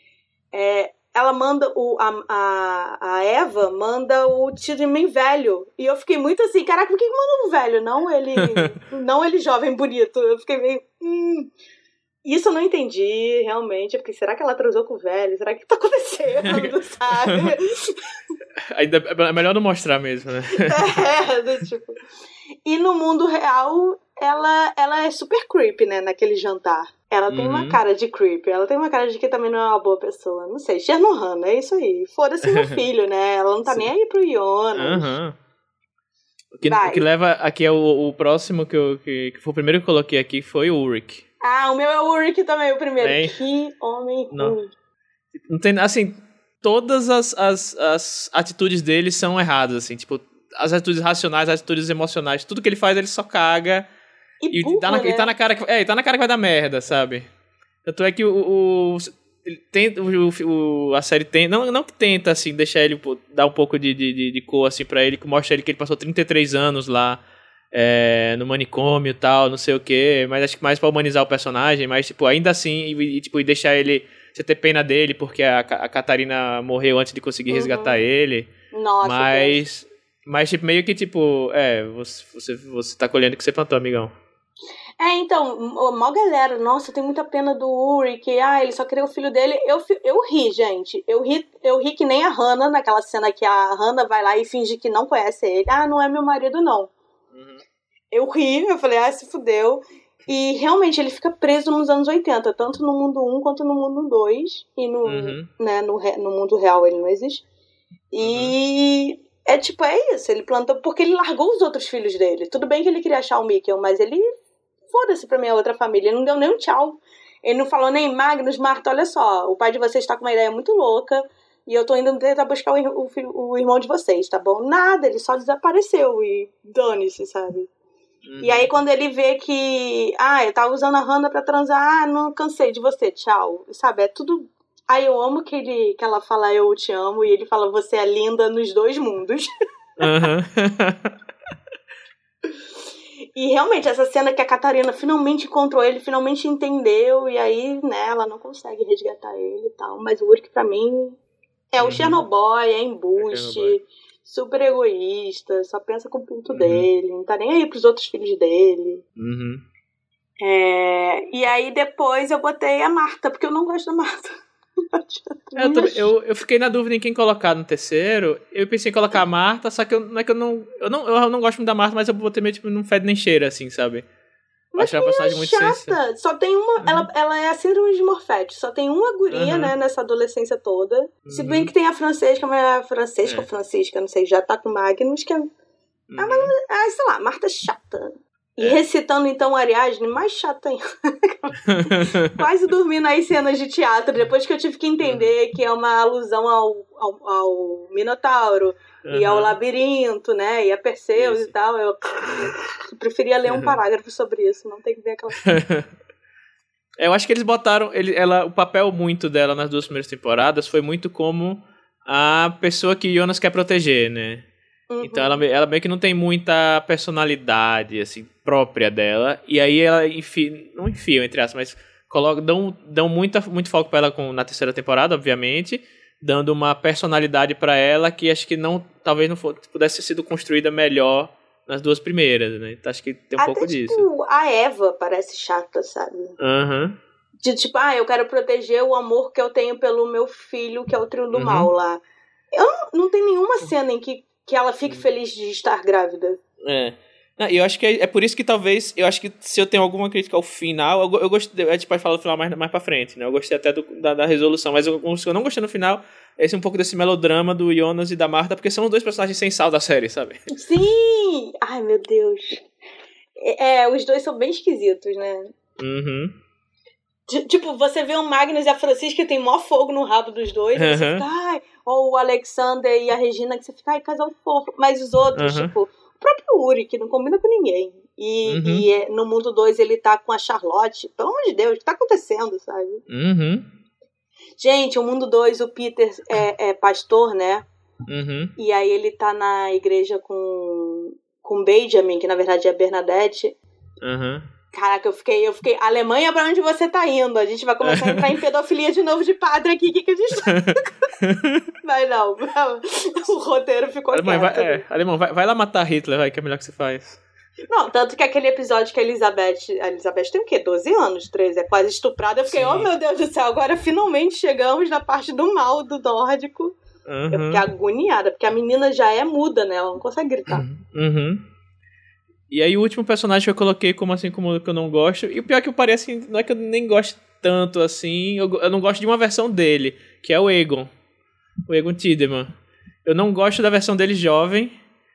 É, ela manda, o, a, a, a Eva manda o Tildman velho, e eu fiquei muito assim, caraca, por que manda um velho? Não ele, não ele jovem, bonito. Eu fiquei meio, hum... Isso eu não entendi, realmente, porque será que ela transou com o velho? Será que tá acontecendo, sabe? Ainda é melhor não mostrar mesmo, né? É, do tipo... E no mundo real, ela, ela é super creepy, né, naquele jantar. Ela tem uhum. uma cara de creepy, ela tem uma cara de que também não é uma boa pessoa. Não sei, Chernohannah, é isso aí. Foda-se meu filho, né? Ela não tá Sim. nem aí pro Jonas. Uhum. O que, o que leva aqui é o, o próximo que, eu, que, que foi o primeiro que eu coloquei aqui, foi o Ulrich. Ah, o meu é o Ulrich também, o primeiro. Bem, que homem não, ruim. Não tem, assim, todas as, as, as atitudes dele são erradas, assim, tipo, as atitudes racionais, as atitudes emocionais, tudo que ele faz, ele só caga. E, e, burra, tá na, né? e tá na cara que, é, tá na cara que vai dar merda, sabe? Tanto é que o, o, ele tenta, o, o, a série tem, não, não que tenta, assim, deixar ele, dar um pouco de, de, de cor, assim, pra ele, que mostra ele que ele passou trinta e três anos lá, é, no manicômio e tal, não sei o quê, mas acho que mais pra humanizar o personagem, mas, tipo, ainda assim, e, e, tipo, e deixar ele, você ter pena dele, porque a, a Catarina morreu antes de conseguir uhum. resgatar ele. Nossa, mas, Deus. mas, tipo, meio que, tipo, é, você, você, você tá colhendo o que você plantou, amigão. É, então, mó galera, nossa, tem muita pena do Ulrich, ah, ele só queria o filho dele. Eu, eu ri, gente, eu ri, eu ri que nem a Hannah, naquela cena que a Hannah vai lá e finge que não conhece ele. Ah, não é meu marido, não. Uhum. Eu ri, eu falei, ah, se fudeu. E realmente ele fica preso nos anos oitenta, tanto no mundo um quanto no mundo dois. E no, uhum. né, no, no mundo real ele não existe. E uhum. é tipo, é isso, ele plantou, porque ele largou os outros filhos dele. Tudo bem que ele queria achar o Mikkel, mas ele... foda-se pra minha outra família, ele não deu nem um tchau. Ele não falou nem, Magnus, Marta, olha só, o pai de vocês tá com uma ideia muito louca, e eu tô indo tentar buscar o, o, o irmão de vocês, tá bom? Nada, ele só desapareceu e dane-se, sabe? Uhum. E aí quando ele vê que, ah, eu tava usando a Hannah pra transar, ah, não cansei de você, tchau, sabe? É tudo... Aí eu amo que, ele, que ela fala eu te amo e ele fala você é linda nos dois mundos. Uhum. E realmente, essa cena que a Catarina finalmente encontrou ele, finalmente entendeu, e aí, né, ela não consegue resgatar ele e tal. Mas o Uruk, pra mim, é o uhum. Chernobyl, é embuste, é super egoísta, só pensa com o pinto uhum. dele, não tá nem aí pros outros filhos dele. Uhum. É, e aí depois eu botei a Marta, porque eu não gosto da Marta. Eu, também, eu, eu fiquei na dúvida em quem colocar no terceiro. Eu pensei em colocar a Marta, só que eu, não é que eu não. Eu não, eu não gosto muito da Marta, mas eu botei meio tipo num fede nem cheira, assim, sabe? Mas acho ela uma personagem muito chata. sensível. Só tem uma. Uhum. Ela, ela é a síndrome de Morfete. Só tem uma guria, uhum. né, nessa adolescência toda. Uhum. Se bem que tem a Francesca, mas a Francesca é. ou Francisca, não sei, já tá com Magnus, que é. Uhum. Ah, sei lá, Marta chata. E é. recitando, então, Ariadne, mais chata ainda. Quase dormindo nas cenas de teatro, depois que eu tive que entender que é uma alusão ao, ao, ao Minotauro uhum. e ao labirinto, né? E a Perseus isso. e tal. Eu preferia ler um parágrafo sobre isso, não tem que ver aquela coisa. Eu acho que eles botaram... Ele, ela, o papel muito dela nas duas primeiras temporadas foi muito como a pessoa que Jonas quer proteger, né? Uhum. Então ela, ela meio que não tem muita personalidade assim, própria dela. E aí ela enfia, não enfia, entre aspas, mas coloca, dão, dão muita, muito foco pra ela com, na terceira temporada, obviamente, dando uma personalidade pra ela que acho que não, talvez não for, pudesse ter sido construída melhor nas duas primeiras, né? Então acho que tem um Até, pouco tipo, disso. A Eva parece chata, sabe? Uhum. De tipo, ah, eu quero proteger o amor que eu tenho pelo meu filho, que é o trio do uhum. mal lá. Eu não, não tem nenhuma cena em que que ela fique feliz de estar grávida. É. Não, eu acho que é, é por isso que talvez... Eu acho que se eu tenho alguma crítica ao final... Eu, eu gostei... A gente pode falar do final mais, mais pra frente, né? Eu gostei até do, da, da resolução. Mas eu, eu não gostei no final... Esse é um pouco desse melodrama do Jonas e da Marta. Porque são os dois personagens sem sal da série, sabe? Sim! Ai, meu Deus. É, os dois são bem esquisitos, né? Uhum. Tipo, você vê o Magnus e a Francisca que tem mó fogo no rabo dos dois. Uhum. E você fica, ai... Ou o Alexander e a Regina, que você fica, ai, casal fofo. Mas os outros, uhum. tipo, o próprio Uri, que não combina com ninguém. E, uhum. e no mundo dois ele tá com a Charlotte. Pelo amor de Deus, o que tá acontecendo, sabe? Uhum. Gente, o mundo dois, o Peter é, é pastor, né? Uhum. E aí ele tá na igreja com, com Benjamin, que na verdade é Bernadette. Uhum. Caraca, eu fiquei, eu fiquei... Alemanha, pra onde você tá indo? A gente vai começar a entrar em pedofilia de novo de padre aqui. O que, que a gente tá... Vai não. O roteiro ficou Alemão, quieto. Vai, é, Alemão, vai, vai lá matar Hitler, vai, que é melhor que você faz. Não, tanto que aquele episódio que a Elizabeth... A Elizabeth tem o quê? doze anos, treze. É quase estuprada. Eu fiquei, Sim. oh meu Deus do céu, agora finalmente chegamos na parte do mal do nórdico. Uhum. Eu fiquei agoniada, porque a menina já é muda, né? Ela não consegue gritar. Uhum. E aí o último personagem que eu coloquei como assim, como que eu não gosto, e o pior é que eu parece assim, não é que eu nem gosto tanto assim, eu, eu não gosto de uma versão dele, que é o Egon, o Egon Tiedemann. Eu não gosto da versão dele jovem,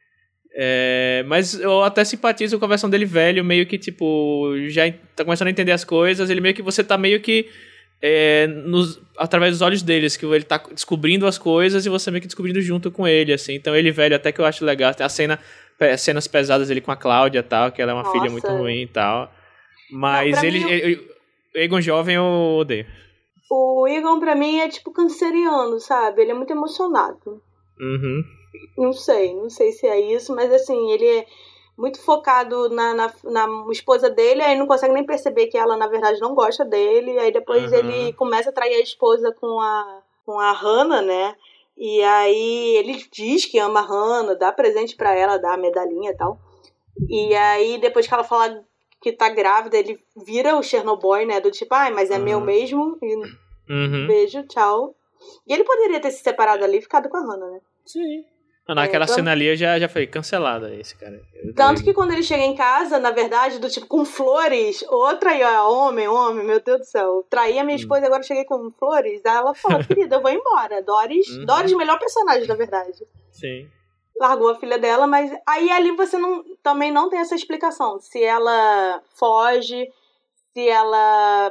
é, mas eu até simpatizo com a versão dele velho, meio que tipo, já tá começando a entender as coisas, ele meio que você tá meio que é, nos, através dos olhos deles, que ele tá descobrindo as coisas e você meio que descobrindo junto com ele, assim. Então ele velho até que eu acho legal, tem a cena... cenas pesadas dele com a Cláudia e tal, que ela é uma Nossa. filha muito ruim e tal. Mas não, ele, mim, ele, ele... O Egon jovem eu odeio. O Egon pra mim é tipo canceriano, sabe? Ele é muito emocionado. Uhum. Não sei, não sei se é isso, mas assim, ele é muito focado na, na, na esposa dele, aí não consegue nem perceber que ela, na verdade, não gosta dele. Aí depois uhum. ele começa a trair a esposa com a, com a Hannah, né? E aí ele diz que ama a Hannah, dá presente pra ela, dá a medalhinha e tal. E aí depois que ela fala que tá grávida, ele vira o Chernobyl, né? Do tipo, ai, mas é uhum. meu mesmo. E uhum. beijo, tchau. E ele poderia ter se separado ali e ficado com a Hannah, né? Sim. Naquela é, tanto... cena ali eu já, já falei, cancelada esse cara. Eu tanto falei... que quando ele chega em casa, na verdade, do tipo, com flores, outra aí, ó, homem, homem, meu Deus do céu. Traí a minha hum. esposa e agora cheguei com flores. Aí ela falou, querida, eu vou embora. Doris, uhum. Doris, melhor personagem, na verdade. Sim. Largou a filha dela, mas aí ali você não, também não tem essa explicação. Se ela foge, se ela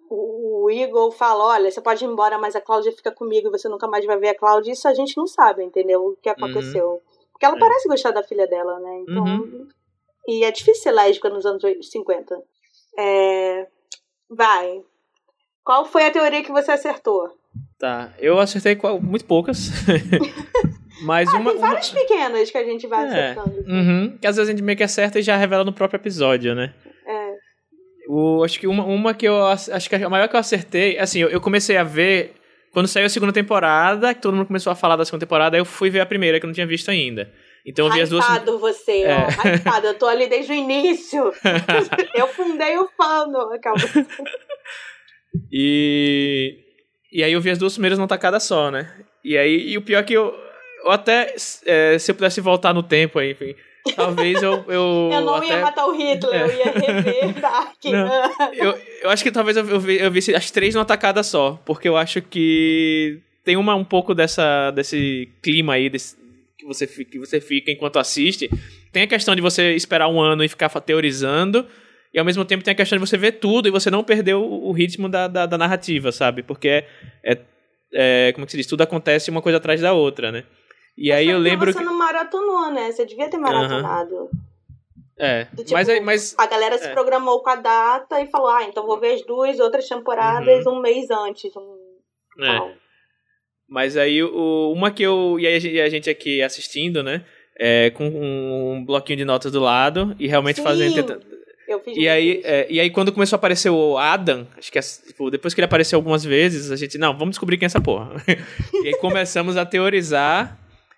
o, o Eagle fala, olha, você pode ir embora, mas a Cláudia fica comigo e você nunca mais vai ver a Cláudia. Isso a gente não sabe, entendeu? O que aconteceu. Uhum. Porque ela é. parece gostar da filha dela, né? Então, uhum. E é difícil ser lésbica nos anos cinquenta. É... Vai. Qual foi a teoria que você acertou? Tá, eu acertei qual... muito poucas. Mas ah, uma, tem várias uma... pequenas que a gente vai é. acertando. Assim. Uhum. Que às vezes a gente meio que acerta e já revela no próprio episódio, né? É. O, acho que uma, uma que eu... Acho que a maior que eu acertei... Assim, eu, eu comecei a ver... Quando saiu a segunda temporada, que todo mundo começou a falar da segunda temporada, aí eu fui ver a primeira, que eu não tinha visto ainda. Então eu vi as duas... Hypado você, é. ó. Hypado. Eu tô ali desde o início. Eu fundei o fandom. Acabou. E... E aí eu vi as duas primeiras numa tacada só, né? E aí... E o pior é que eu... Eu até... É, se eu pudesse voltar no tempo aí, enfim... Talvez eu... Eu, eu não até... ia matar o Hitler, é. eu ia rever Dark. eu, eu acho que talvez eu, eu, vi, eu vi as três numa tacada só. Porque eu acho que... Tem uma, um pouco dessa, desse clima aí... Desse, que, você, que você fica enquanto assiste. Tem a questão de você esperar um ano e ficar teorizando... E ao mesmo tempo tem a questão de você ver tudo e você não perder o, o ritmo da, da, da narrativa, sabe? Porque é, é, é, como que se diz? Tudo acontece uma coisa atrás da outra, né? E aí eu lembro você que... não maratonou, né? Você devia ter maratonado. Uhum. É, tipo, mas, aí, mas... A galera se é. programou com a data e falou, ah, então vou ver as duas outras temporadas uhum. um mês antes. Um... É. Mas aí o, uma que eu... E aí a gente aqui assistindo, né? É, com um, um bloquinho de notas do lado e realmente Sim. fazendo... Eu fiz e, aí, é, e aí, quando começou a aparecer o Adam, acho que tipo, depois que ele apareceu algumas vezes, a gente, não, vamos descobrir quem é essa porra. E aí começamos a teorizar,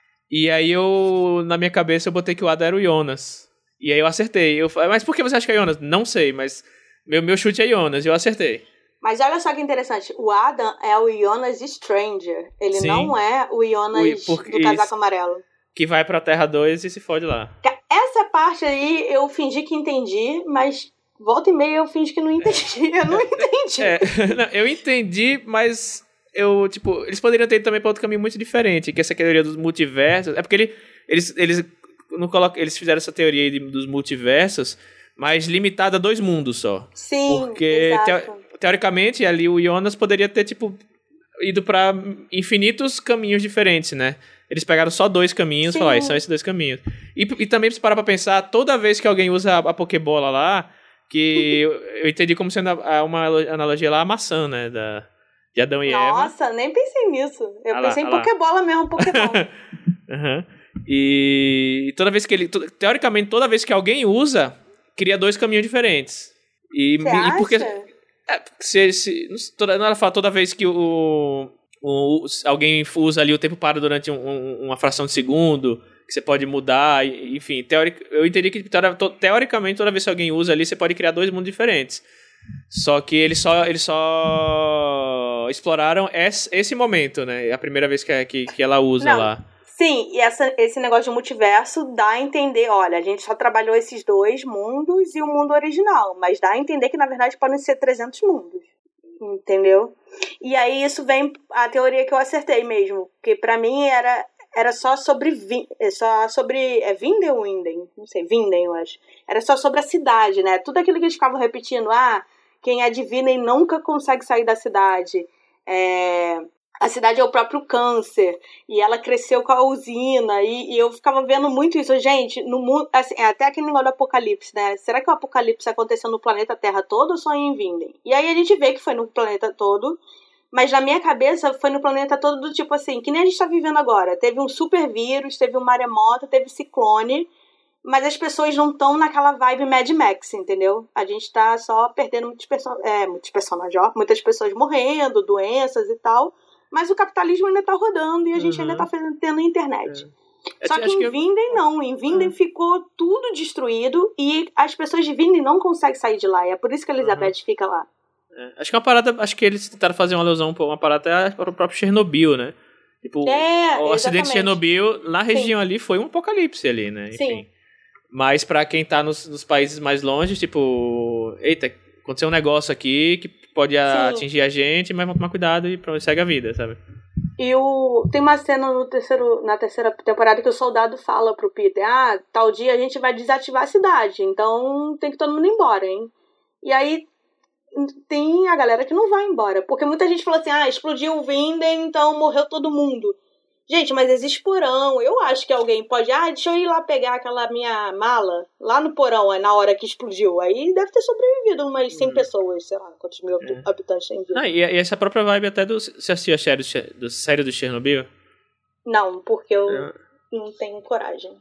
e aí eu, na minha cabeça, eu botei que o Adam era o Jonas. E aí eu acertei. Eu falei, mas por que você acha que é Jonas? Não sei, mas meu, meu chute é Jonas, e eu acertei. Mas olha só que interessante, o Adam é o Jonas Stranger, ele Sim. não é o Jonas o, do casaco isso. amarelo. Que vai pra Terra dois e se fode lá. Essa parte aí eu fingi que entendi, mas volta e meia eu fingi que não entendi. Eu não entendi. É, não, eu entendi, mas eu, tipo, eles poderiam ter ido também pra outro caminho muito diferente, que essa teoria dos multiversos. É porque ele, eles, eles, não colocam, eles fizeram essa teoria aí de, dos multiversos, mas limitada a dois mundos só. Sim, porque exato. Te, teoricamente ali o Jonas poderia ter, tipo, ido pra infinitos caminhos diferentes, né? Eles pegaram só dois caminhos e falaram, ah, são esses dois caminhos. E, e também, se parar pra pensar, toda vez que alguém usa a, a Pokébola lá, que eu, eu entendi como sendo a, uma analogia lá, a maçã, né, da, de Adão e Nossa, Eva. Nossa, nem pensei nisso. Eu ah pensei lá, em Pokébola mesmo, Pokémon. uhum. E toda vez que ele... Teoricamente, toda vez que alguém usa, cria dois caminhos diferentes. E, Você e acha? porque... É, se, se, toda, não era falar, toda vez que o... O, alguém usa ali, o tempo para durante um, um, uma fração de segundo, que você pode mudar, enfim, teoric, eu entendi que teoricamente toda vez que alguém usa ali, você pode criar dois mundos diferentes. Só que eles só, eles só exploraram esse, esse momento, né? A primeira vez que, que, que ela usa Não, lá. Sim, e essa, esse negócio de multiverso dá a entender, olha, a gente só trabalhou esses dois mundos e o mundo original, mas dá a entender que na verdade podem ser trezentos mundos. Entendeu? E aí isso vem a teoria que eu acertei mesmo, porque pra mim era, era só sobre só sobre é Vinden ou Winden? Não sei, Vinden eu acho. Era só sobre a cidade, né? Tudo aquilo que eles ficavam repetindo, ah, quem é de Vinden nunca consegue sair da cidade. É, a cidade é o próprio câncer, e ela cresceu com a usina, e, e eu ficava vendo muito isso, gente, no mundo, assim, até aquele negócio do apocalipse, né? Será que o apocalipse aconteceu no planeta Terra todo ou só em Vinden? E aí a gente vê que foi no planeta todo, mas na minha cabeça foi no planeta todo do tipo assim, que nem a gente tá vivendo agora. Teve um super vírus, teve um maremoto, teve ciclone, mas as pessoas não estão naquela vibe Mad Max, entendeu? A gente tá só perdendo muitos, perso- é, muitos personagens, ó, muitas pessoas morrendo, doenças e tal, mas o capitalismo ainda tá rodando e a gente uhum. ainda tá fazendo, tendo internet. É. Só que em que Vinden eu... não, em Vinden uhum. ficou tudo destruído e as pessoas de Vinden não conseguem sair de lá, e é por isso que a Elizabeth uhum. fica lá. É. Acho que é uma parada, acho que eles tentaram fazer uma alusão, uma parada para o próprio Chernobyl, né? Tipo, é, o acidente de Chernobyl, na região Sim. ali, foi um apocalipse ali, né? Enfim. Sim. Mas pra quem tá nos, nos países mais longe, tipo, eita, aconteceu um negócio aqui que pode a, atingir a gente, mas vamos tomar cuidado e pronto, segue a vida, sabe? E o, tem uma cena no terceiro, na terceira temporada que o soldado fala pro Peter, ah, tal dia a gente vai desativar a cidade, então tem que todo mundo ir embora, hein? E aí tem a galera que não vai embora. Porque muita gente falou assim, ah, explodiu o Vinden, então morreu todo mundo. Gente, mas existe porão. Eu acho que alguém pode... Ah, deixa eu ir lá pegar aquela minha mala lá no porão, na hora que explodiu. Aí deve ter sobrevivido umas cem hum. pessoas, sei lá, quantos mil é. habitantes tem. Ah, e, e essa própria vibe até do... Você assistiu a série do, do, série do Chernobyl? Não, porque eu é. não tenho coragem.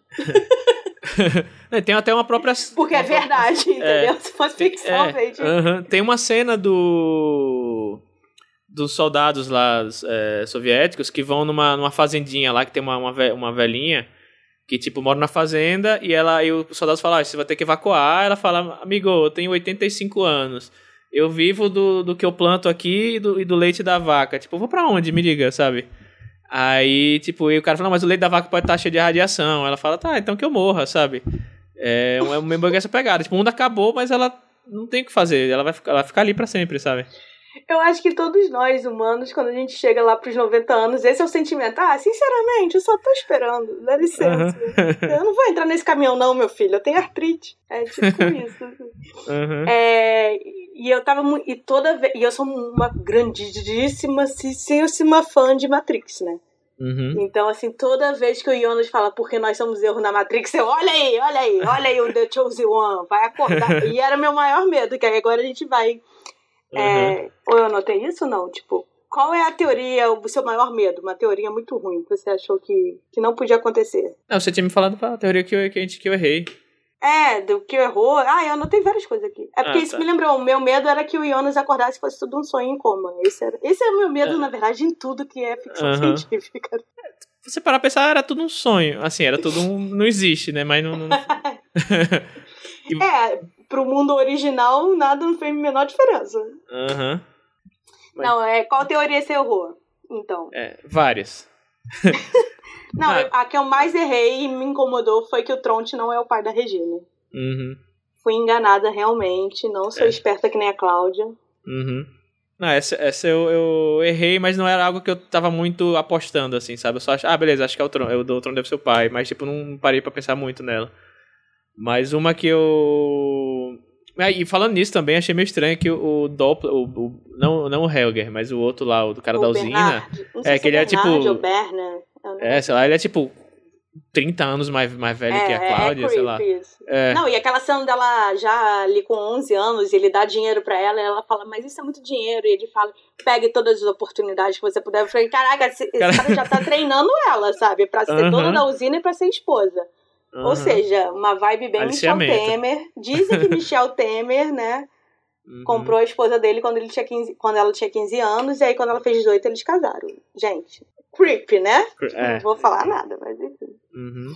Tem até uma própria... Porque uma é verdade, própria, entendeu? É, Se fosse ficção, é, gente. Uh-huh. Tem uma cena do... dos soldados lá é, soviéticos que vão numa, numa fazendinha lá, que tem uma, uma, uma velhinha que, tipo, mora na fazenda e, ela, e os soldados falam, ah, você vai ter que evacuar. Ela fala, amigo, eu tenho oitenta e cinco anos. Eu vivo do, do que eu planto aqui e do, e do leite da vaca. Tipo, eu vou pra onde? Me diga, sabe? Aí, tipo, e o cara fala, não, mas o leite da vaca pode estar cheio de radiação. Ela fala, tá, então que eu morra, sabe? É um meio essa pegada. Tipo, o mundo acabou, mas ela não tem o que fazer. Ela vai ficar, ela vai ficar ali pra sempre, sabe? Eu acho que todos nós, humanos, quando a gente chega lá pros noventa anos, esse é o sentimento. Ah, sinceramente, eu só tô esperando. Dá licença. Uhum. Eu não vou entrar nesse caminhão não, meu filho. Eu tenho artrite. É tipo isso. Uhum. É, e eu tava muito... E toda vez... E eu sou uma grandíssima, grandíssima fã de Matrix, né? Uhum. Então, assim, toda vez que o Jonas fala porque nós somos erros na Matrix, eu, olha aí, olha aí, olha aí o The Chosen One, vai acordar. E era meu maior medo, que aí agora a gente vai... Uhum. É, ou eu anotei isso ou não? Tipo, qual é a teoria, o seu maior medo? Uma teoria muito ruim que você achou que, que não podia acontecer. Não, você tinha me falado a teoria que eu, que, a gente, que eu errei. É, do que eu errou. Ah, eu anotei várias coisas aqui. É porque ah, isso tá. me lembrou. O meu medo era que o Jonas acordasse e fosse tudo um sonho em coma. Esse, era, esse é o meu medo, é. na verdade, em tudo que é ficção uhum. científica. Se você parar pra pensar, era tudo um sonho. Assim, era tudo um... Não existe, né? Mas não... não... e... É, pro mundo original, nada não fez a menor diferença. Aham. Uhum. Mas... Não, é... Qual teoria você errou? Então. É, várias. Não, ah. a que eu mais errei e me incomodou foi que o Tronte não é o pai da Regina. Uhum. Fui enganada realmente, não sou é. esperta que nem a Cláudia. Uhum. Não, essa, essa eu, eu errei, mas não era algo que eu tava muito apostando, assim, sabe? Eu só acho, ah, beleza, acho que é o Tron, o Tron deve ser o pai, mas, tipo, não parei pra pensar muito nela. Mas uma que eu... Ah, e falando nisso também, achei meio estranho que o, o Doppler, o, o, não, não o Helger, mas o outro lá, o do cara o da usina... Não sei é, se que ele é tipo... Ou Berner, é, sei lá, ele é tipo trinta anos mais, mais velho é, que a Cláudia, é sei lá. É. Não, e aquela cena dela já ali com onze anos, e ele dá dinheiro pra ela, e ela fala, mas isso é muito dinheiro, e ele fala, pegue todas as oportunidades que você puder. Eu falei, caraca, esse, esse cara... cara já tá treinando ela, sabe? Pra ser uh-huh. dona da usina e pra ser esposa. Uhum. Ou seja, uma vibe bem Michel Temer. Dizem que Michel Temer, né, uhum. comprou a esposa dele quando, ele tinha quinze, quando ela tinha quinze anos, e aí quando ela fez dezoito eles casaram. Gente, creepy, né? É. Não vou falar nada, mas enfim. Uhum.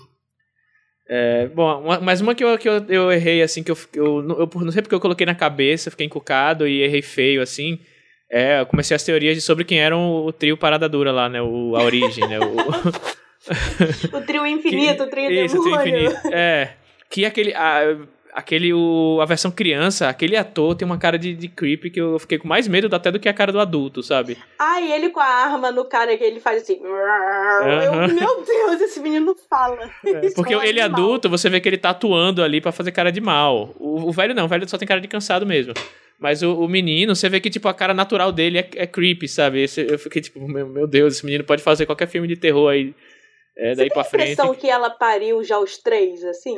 É, bom, uma, mas uma que, eu, que eu, eu errei, assim, que eu, eu, eu, eu não sei porque eu coloquei na cabeça, fiquei encucado e errei feio, assim, é, eu comecei as teorias de sobre quem era o, o trio Parada Dura lá, né, o, a origem, né, o... o trio infinito, que, o trio isso, demônio. O trio infinito. É, que aquele, a, aquele o, a versão criança, aquele ator tem uma cara de, de creepy que eu fiquei com mais medo até do que a cara do adulto, sabe? Ah, e ele com a arma no cara que ele faz assim... Uh-huh. Eu, meu Deus, esse menino fala. É, porque ele adulto, você vê que ele tá atuando ali pra fazer cara de mal. O, o velho não, o velho só tem cara de cansado mesmo. Mas o, o menino, você vê que tipo, a cara natural dele é, é creepy, sabe? Esse, eu fiquei tipo, meu, meu Deus, esse menino pode fazer qualquer filme de terror aí. É, daí você pra tem frente. a impressão que ela pariu já os três, assim?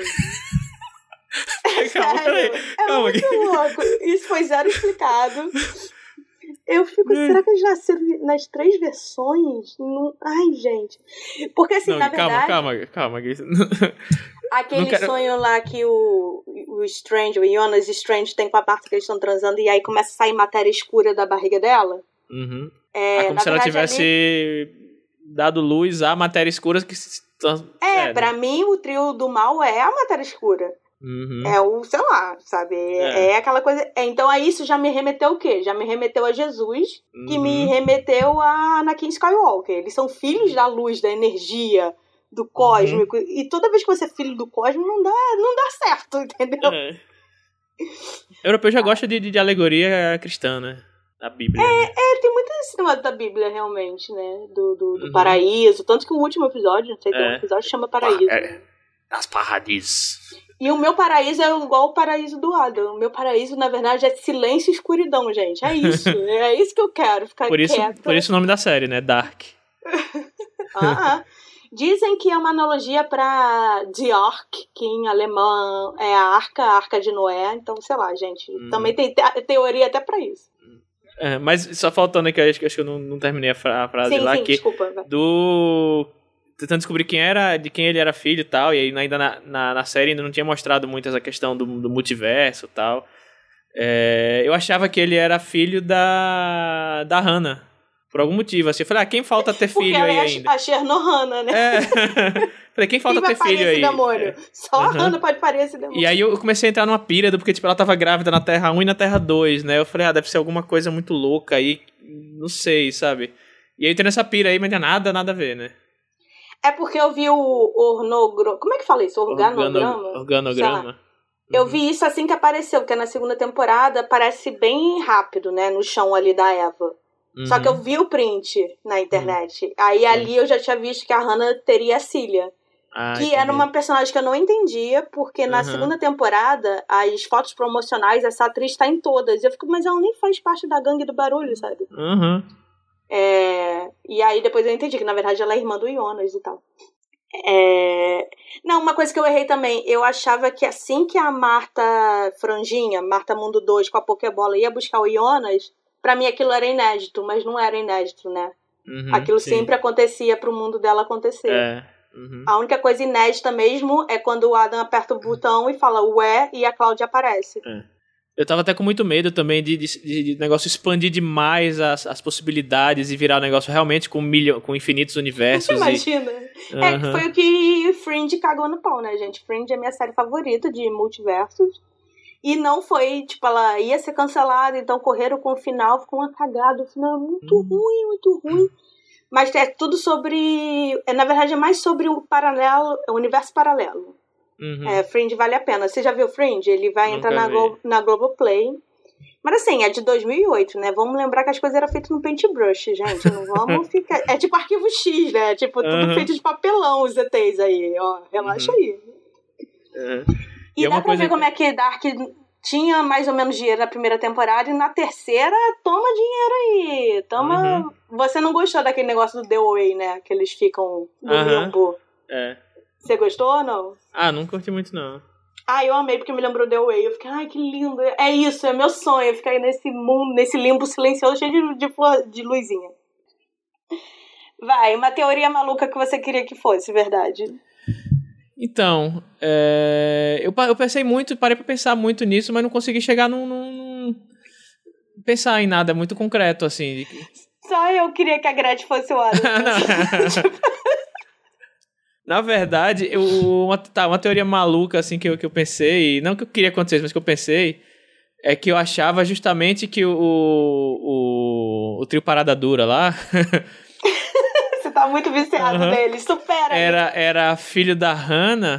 É calma, sério, peraí, é calma muito aqui. louco. Isso foi zero explicado. Eu fico, será que eles nasceram nas três versões? Não... Ai, gente. Porque assim, não, na calma, verdade... Calma, calma, calma. Aquele quero... sonho lá que o, o Strange, o Jonas Strange tem com a Marta que eles estão transando e aí começa a sair matéria escura da barriga dela. Uhum. É, ah, como se ela tivesse... Ali... dado luz à matéria escura que é, é pra né? mim o trio do mal é a matéria escura. Uhum. É o, sei lá, sabe? É. é aquela coisa. É, então aí isso já me remeteu o quê? Já me remeteu a Jesus, uhum. que me remeteu a Anakin Skywalker. Eles são filhos da luz, da energia, do cósmico. Uhum. E toda vez que você é filho do cósmico, não dá, não dá certo, entendeu? É. O europeu já gosta de, de alegoria cristã, né? Da Bíblia. É, né? é, tem muito esse negócio da Bíblia, realmente, né? Do, do, do uhum. paraíso. Tanto que o último episódio, não sei, tem é. um episódio que chama Paraíso. É. Né? Das paradisas. E o meu paraíso é igual o paraíso do Adam. O meu paraíso, na verdade, é silêncio e escuridão, gente. É isso. É isso que eu quero, ficar por isso, quieta. Por isso o nome da série, né? Dark. Ah, dizem que é uma analogia para Die Ark, que em alemão é a arca, a arca de Noé. Então, sei lá, gente. Hum. Também tem te- teoria até para isso. É, mas só faltando aqui, acho, acho que eu não, não terminei a, fra- a frase sim, lá. Sim, que desculpa. Do... Tentando descobrir quem era, de quem ele era filho e tal, e aí ainda na, na, na série ainda não tinha mostrado muito essa questão do, do multiverso e tal. É, eu achava que ele era filho da, da Hannah, por algum motivo. Assim, eu falei, ah, quem falta ter Porque filho ela aí é ainda? a Chernohana, né? É. Falei, quem falta quem ter filho aí? Demônio? É. Só uhum. a Hannah pode parir esse demônio. E aí eu comecei a entrar numa pira, porque tipo, ela tava grávida na Terra um e na Terra dois, né? Eu falei, ah, deve ser alguma coisa muito louca aí, não sei, sabe? E aí eu entrei nessa pira aí, mas não tinha nada, nada a ver, né? É porque eu vi o ornograma. Como é que fala isso? Organograma? Organo... Organograma. Uhum. Eu vi isso assim que apareceu, porque na segunda temporada parece bem rápido, né? No chão ali da Eva. Uhum. Só que eu vi o print na internet. Uhum. Aí Sim. ali eu já tinha visto que a Hannah teria a Cília. Ah, que entendi. Era uma personagem que eu não entendia, porque na uhum. segunda temporada, as fotos promocionais, essa atriz tá em todas. E eu fico, mas ela nem faz parte da gangue do barulho, sabe? Uhum. É... E aí depois eu entendi que na verdade ela é irmã do Jonas e tal. É... Não, uma coisa que eu errei também, eu achava que assim que a Marta Franjinha, Marta Mundo dois com a Pokébola ia buscar o Jonas, pra mim aquilo era inédito, mas não era inédito, né? Uhum, aquilo sim. sempre acontecia pro mundo dela acontecer. É. Uhum. A única coisa inédita mesmo é quando o Adam aperta o botão e fala ué e a Cláudia aparece. É. Eu tava até com muito medo também de, de, de negócio expandir demais as, as possibilidades e virar um negócio realmente com, milho, com infinitos universos. Imagina. E... Uhum. É, que foi o que Fringe cagou no pau, né, gente? Fringe é minha série favorita de multiversos. E não foi, tipo, ela ia ser cancelada, então correram com o final, ficou uma cagada. O final é muito uhum. ruim, muito ruim. Mas é tudo sobre... É, na verdade, é mais sobre o paralelo, o universo paralelo. Uhum. É, Fringe vale a pena. Você já viu Fringe? Ele vai Nunca entrar na, Glo- na Globoplay. Mas assim, é de dois mil e oito, né? Vamos lembrar que as coisas eram feitas no paintbrush, gente. Não vamos ficar... É tipo Arquivo X, né? Tipo, tudo uhum. feito de papelão, os E Tês aí. Ó, relaxa uhum. aí. Uhum. E, e dá pra coisa... ver como é que Dark tinha mais ou menos dinheiro na primeira temporada e na terceira, toma dinheiro aí. Toma... Uhum. Você não gostou daquele negócio do The Way, né? Que eles ficam no uhum. limbo. É. Você gostou ou não? Ah, não curti muito, não. Ah, eu amei porque me lembrou The Way. Eu fiquei, ai, que lindo. É isso, é meu sonho. Ficar aí nesse mundo, nesse limbo silencioso cheio de, de, flor, de luzinha. Vai, uma teoria maluca que você queria que fosse, verdade. Então, é... eu, eu pensei muito, parei pra pensar muito nisso, mas não consegui chegar num... num, num... pensar em nada muito concreto, assim. De... Só eu queria que a Gretchen fosse o Adam. Na verdade, eu, uma, tá, uma teoria maluca assim, que, eu, que eu pensei, não que eu queria acontecer, mas que eu pensei, é que eu achava justamente que o, o, o trio Parada Dura lá... Você tá muito viciado uhum. nele, supera. Era, era filho da Hannah,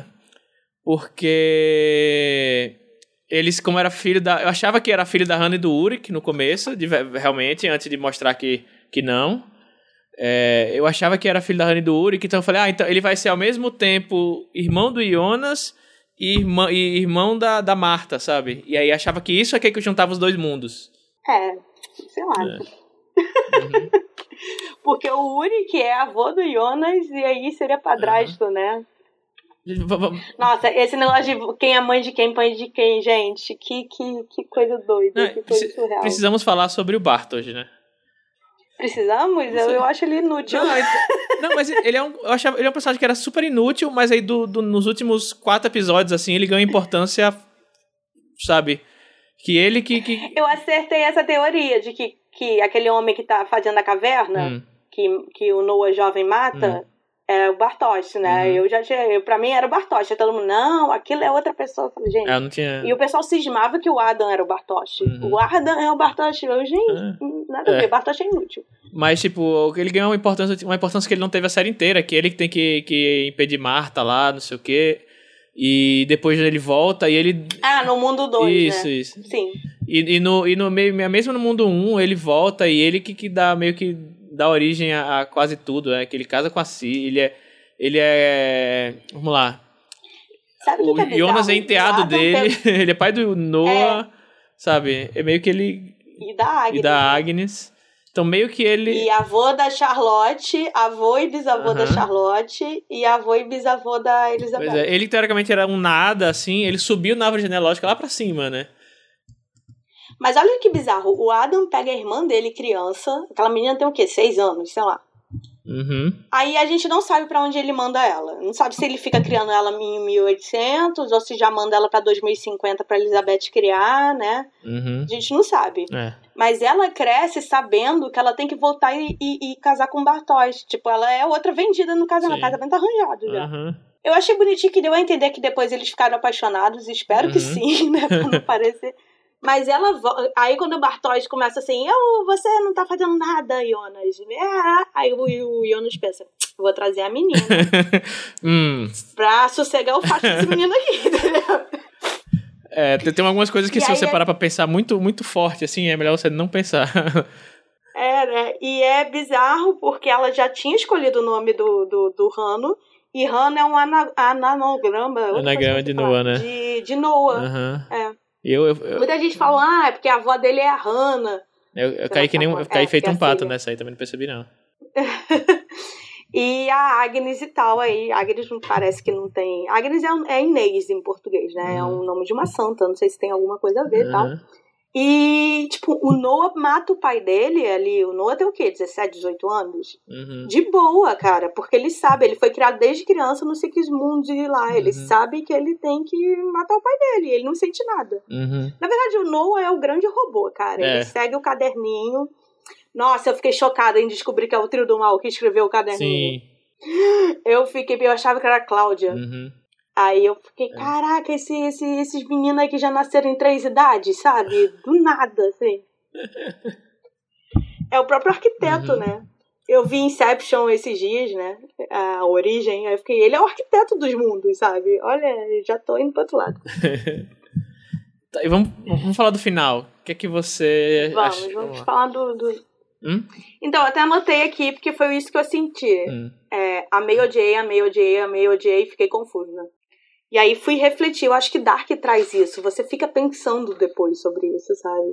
porque eles, como era filho da... Eu achava que era filho da Hannah e do Urich no começo, de, realmente, antes de mostrar que, que não. É, eu achava que era filho da Hannah e do Urich, então eu falei, ah, então ele vai ser ao mesmo tempo irmão do Jonas e, irmã, e irmão da, da Marta, sabe? E aí achava que isso é que juntava os dois mundos. É, sei lá. É. Uhum. Porque o Urich é avô do Jonas e aí seria padrasto, uhum. né? Nossa, esse negócio de quem é mãe de quem, pai de quem, gente, que, que, que coisa doida, Não, que coisa surreal. Precisamos falar sobre o Bartosz, né? Precisamos? Eu, eu acho ele inútil. Não, não mas ele é, um, eu achava, ele é um personagem que era super inútil, mas aí do, do, nos últimos quatro episódios, assim, ele ganha importância, sabe? Que ele que... que... Eu acertei essa teoria de que, que aquele homem que tá fazendo a caverna, hum. que, que o Noah jovem mata... Hum. É o Bartosz, né? Uhum. Eu já tinha... Eu, pra mim era o Bartosz. Todo mundo, não, aquilo é outra pessoa. Eu falei, gente... Eu não tinha... E o pessoal cismava que o Adam era o Bartosz. Uhum. O Adam é o Bartosz. Eu, gente, uhum. nada a ver. É. Bartosz é inútil. Mas, tipo, ele ganhou uma importância, uma importância que ele não teve a série inteira. Que ele que tem que, que impedir Marta lá, não sei o quê. E depois ele volta e ele... Ah, no mundo dois, isso, né? Isso, isso. Sim. E, e, no, e no meio, mesmo no mundo um, ele volta e ele que, que dá meio que... dá origem a, a quase tudo, né? Que ele casa com a Si, ele é... Ele é... Vamos lá. Sabe o que, que é bizarro? O Jonas é enteado dele, tem... ele é pai do Noah, é. sabe? É meio que ele... E da Agnes. E da Agnes. Então, meio que ele... E avô da Charlotte, avô e bisavô uh-huh. da Charlotte, e avô e bisavô da Elizabeth. Pois é, ele teoricamente era um nada, assim, ele subiu na árvore genealógica lá pra cima, né? Mas olha que bizarro, o Adam pega a irmã dele, criança, aquela menina tem o quê? Seis anos, sei lá. Uhum. Aí a gente não sabe pra onde ele manda ela. Não sabe se ele fica criando ela em mil e oitocentos ou se já manda ela pra dois mil e cinquenta pra Elizabeth criar, né? Uhum. A gente não sabe. É. Mas ela cresce sabendo que ela tem que voltar e, e, e casar com o Bartosz. Tipo, ela é outra vendida no casamento. O casamento tá arranjado já. Uhum. Eu achei bonitinho que deu a entender que depois eles ficaram apaixonados. Espero uhum. que sim, né? Pra não parecer... Mas ela... Aí quando o Bartosz começa assim... Eu, você não tá fazendo nada, Jonas. É. Aí o, o Jonas pensa... Vou trazer a menina. hum. Pra sossegar o fato desse menino aqui, entendeu? É, tem, tem algumas coisas que e se você é... parar pra pensar muito, muito forte, assim, é melhor você não pensar. É, né? E é bizarro porque ela já tinha escolhido o nome do, do, do Rano. E Rano é um ana, ananograma... Anagrama de Noah, né? De, de Noah. Uhum. É. Eu, eu, eu... Muita gente fala, ah, é porque a avó dele é a Hannah. Eu, eu caí que nem um, eu caí é, feito um pato filha. Nessa aí, também não percebi, não. E a Agnes e tal, aí, Agnes não parece que não tem... Agnes é, é Inês em português, né? Uhum. É um nome de uma santa, não sei se tem alguma coisa a ver e uhum. tal. E, tipo, o Noah mata o pai dele ali, o Noah tem o quê? dezessete, dezoito anos? Uhum. De boa, cara, porque ele sabe, ele foi criado desde criança no Sigismund lá, ele uhum. sabe que ele tem que matar o pai dele, ele não sente nada. Uhum. Na verdade, o Noah é o grande robô, cara, é. Ele segue o caderninho. Nossa, eu fiquei chocada em descobrir que é o Trio do Mal que escreveu o caderninho. Sim. Eu fiquei, eu achava que era a Cláudia. Uhum. Aí eu fiquei, caraca, esse, esse, esses meninos aqui já nasceram em três idades, sabe? Do nada, assim. É o próprio arquiteto, uhum. né? Eu vi Inception esses dias, né? A origem. Aí eu fiquei, ele é o arquiteto dos mundos, sabe? Olha, já tô indo pro outro lado. Tá, e vamos, vamos falar do final. O que é que você Vamos, acha? vamos vamos falar do... do... Hum? Então, eu até anotei aqui, porque foi isso que eu senti. Hum. É, amei, odiei, amei, odiei, amei, odiei, fiquei confusa. E aí fui refletir, eu acho que Dark traz isso, você fica pensando depois sobre isso, sabe?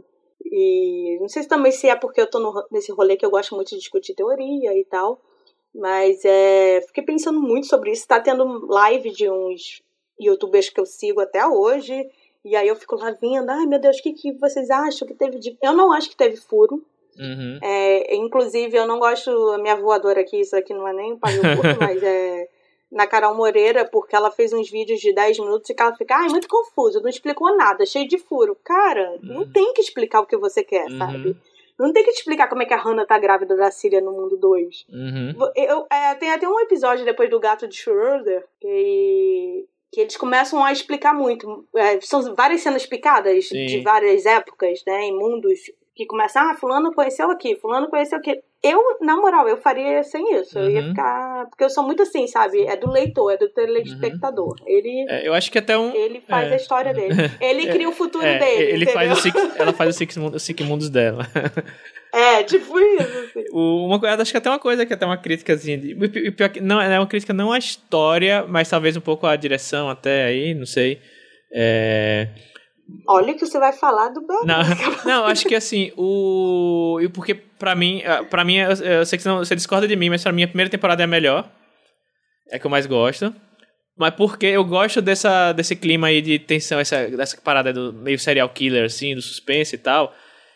E não sei se também se é porque eu tô no, nesse rolê que eu gosto muito de discutir teoria e tal, mas é, fiquei pensando muito sobre isso, tá tendo live de uns youtubers que eu sigo até hoje, e aí eu fico lá vendo, ai meu Deus, o que, que vocês acham que teve de... Eu não acho que teve furo. Uhum. É, inclusive eu não gosto, a minha voadora aqui, isso aqui não é nem um pavio curto, mas é... na Carol Moreira, porque ela fez uns vídeos de dez minutos e que ela fica, ai, muito confuso, não explicou nada, cheio de furo. Cara, uhum. não tem que explicar o que você quer, uhum. sabe? Não tem que te explicar como é que a Hannah tá grávida da Cília no mundo dois. Uhum. Eu, é, tem até um episódio depois do Gato de Schrödinger que, que eles começam a explicar muito. É, são várias cenas picadas Sim. de várias épocas, né, em mundos que começam, ah, fulano conheceu aqui, fulano conheceu aqui. Eu, na moral, eu faria sem isso. Uhum. Eu ia ficar... Porque eu sou muito assim, sabe? É do leitor, é do telespectador. Uhum. Ele... É, eu acho que até um... Ele faz é. a história dele. Ele cria o futuro é, dele, ele entendeu? faz o six, ela faz os six, os six mundos dela. É, tipo isso. Assim. Uma coisa, acho que até uma coisa que é até uma críticazinha... De, o pior que não, é uma crítica não à história, mas talvez um pouco à direção até aí, não sei. É... Olha o que você vai falar do Batman. Não, não, acho que assim, o... Porque pra mim, pra mim eu, eu sei que não, você discorda de mim, mas pra mim a primeira temporada é a melhor. É a que eu mais gosto. Mas porque eu gosto dessa, desse clima aí de tensão, essa, dessa parada do meio serial killer, assim, do suspense e tal.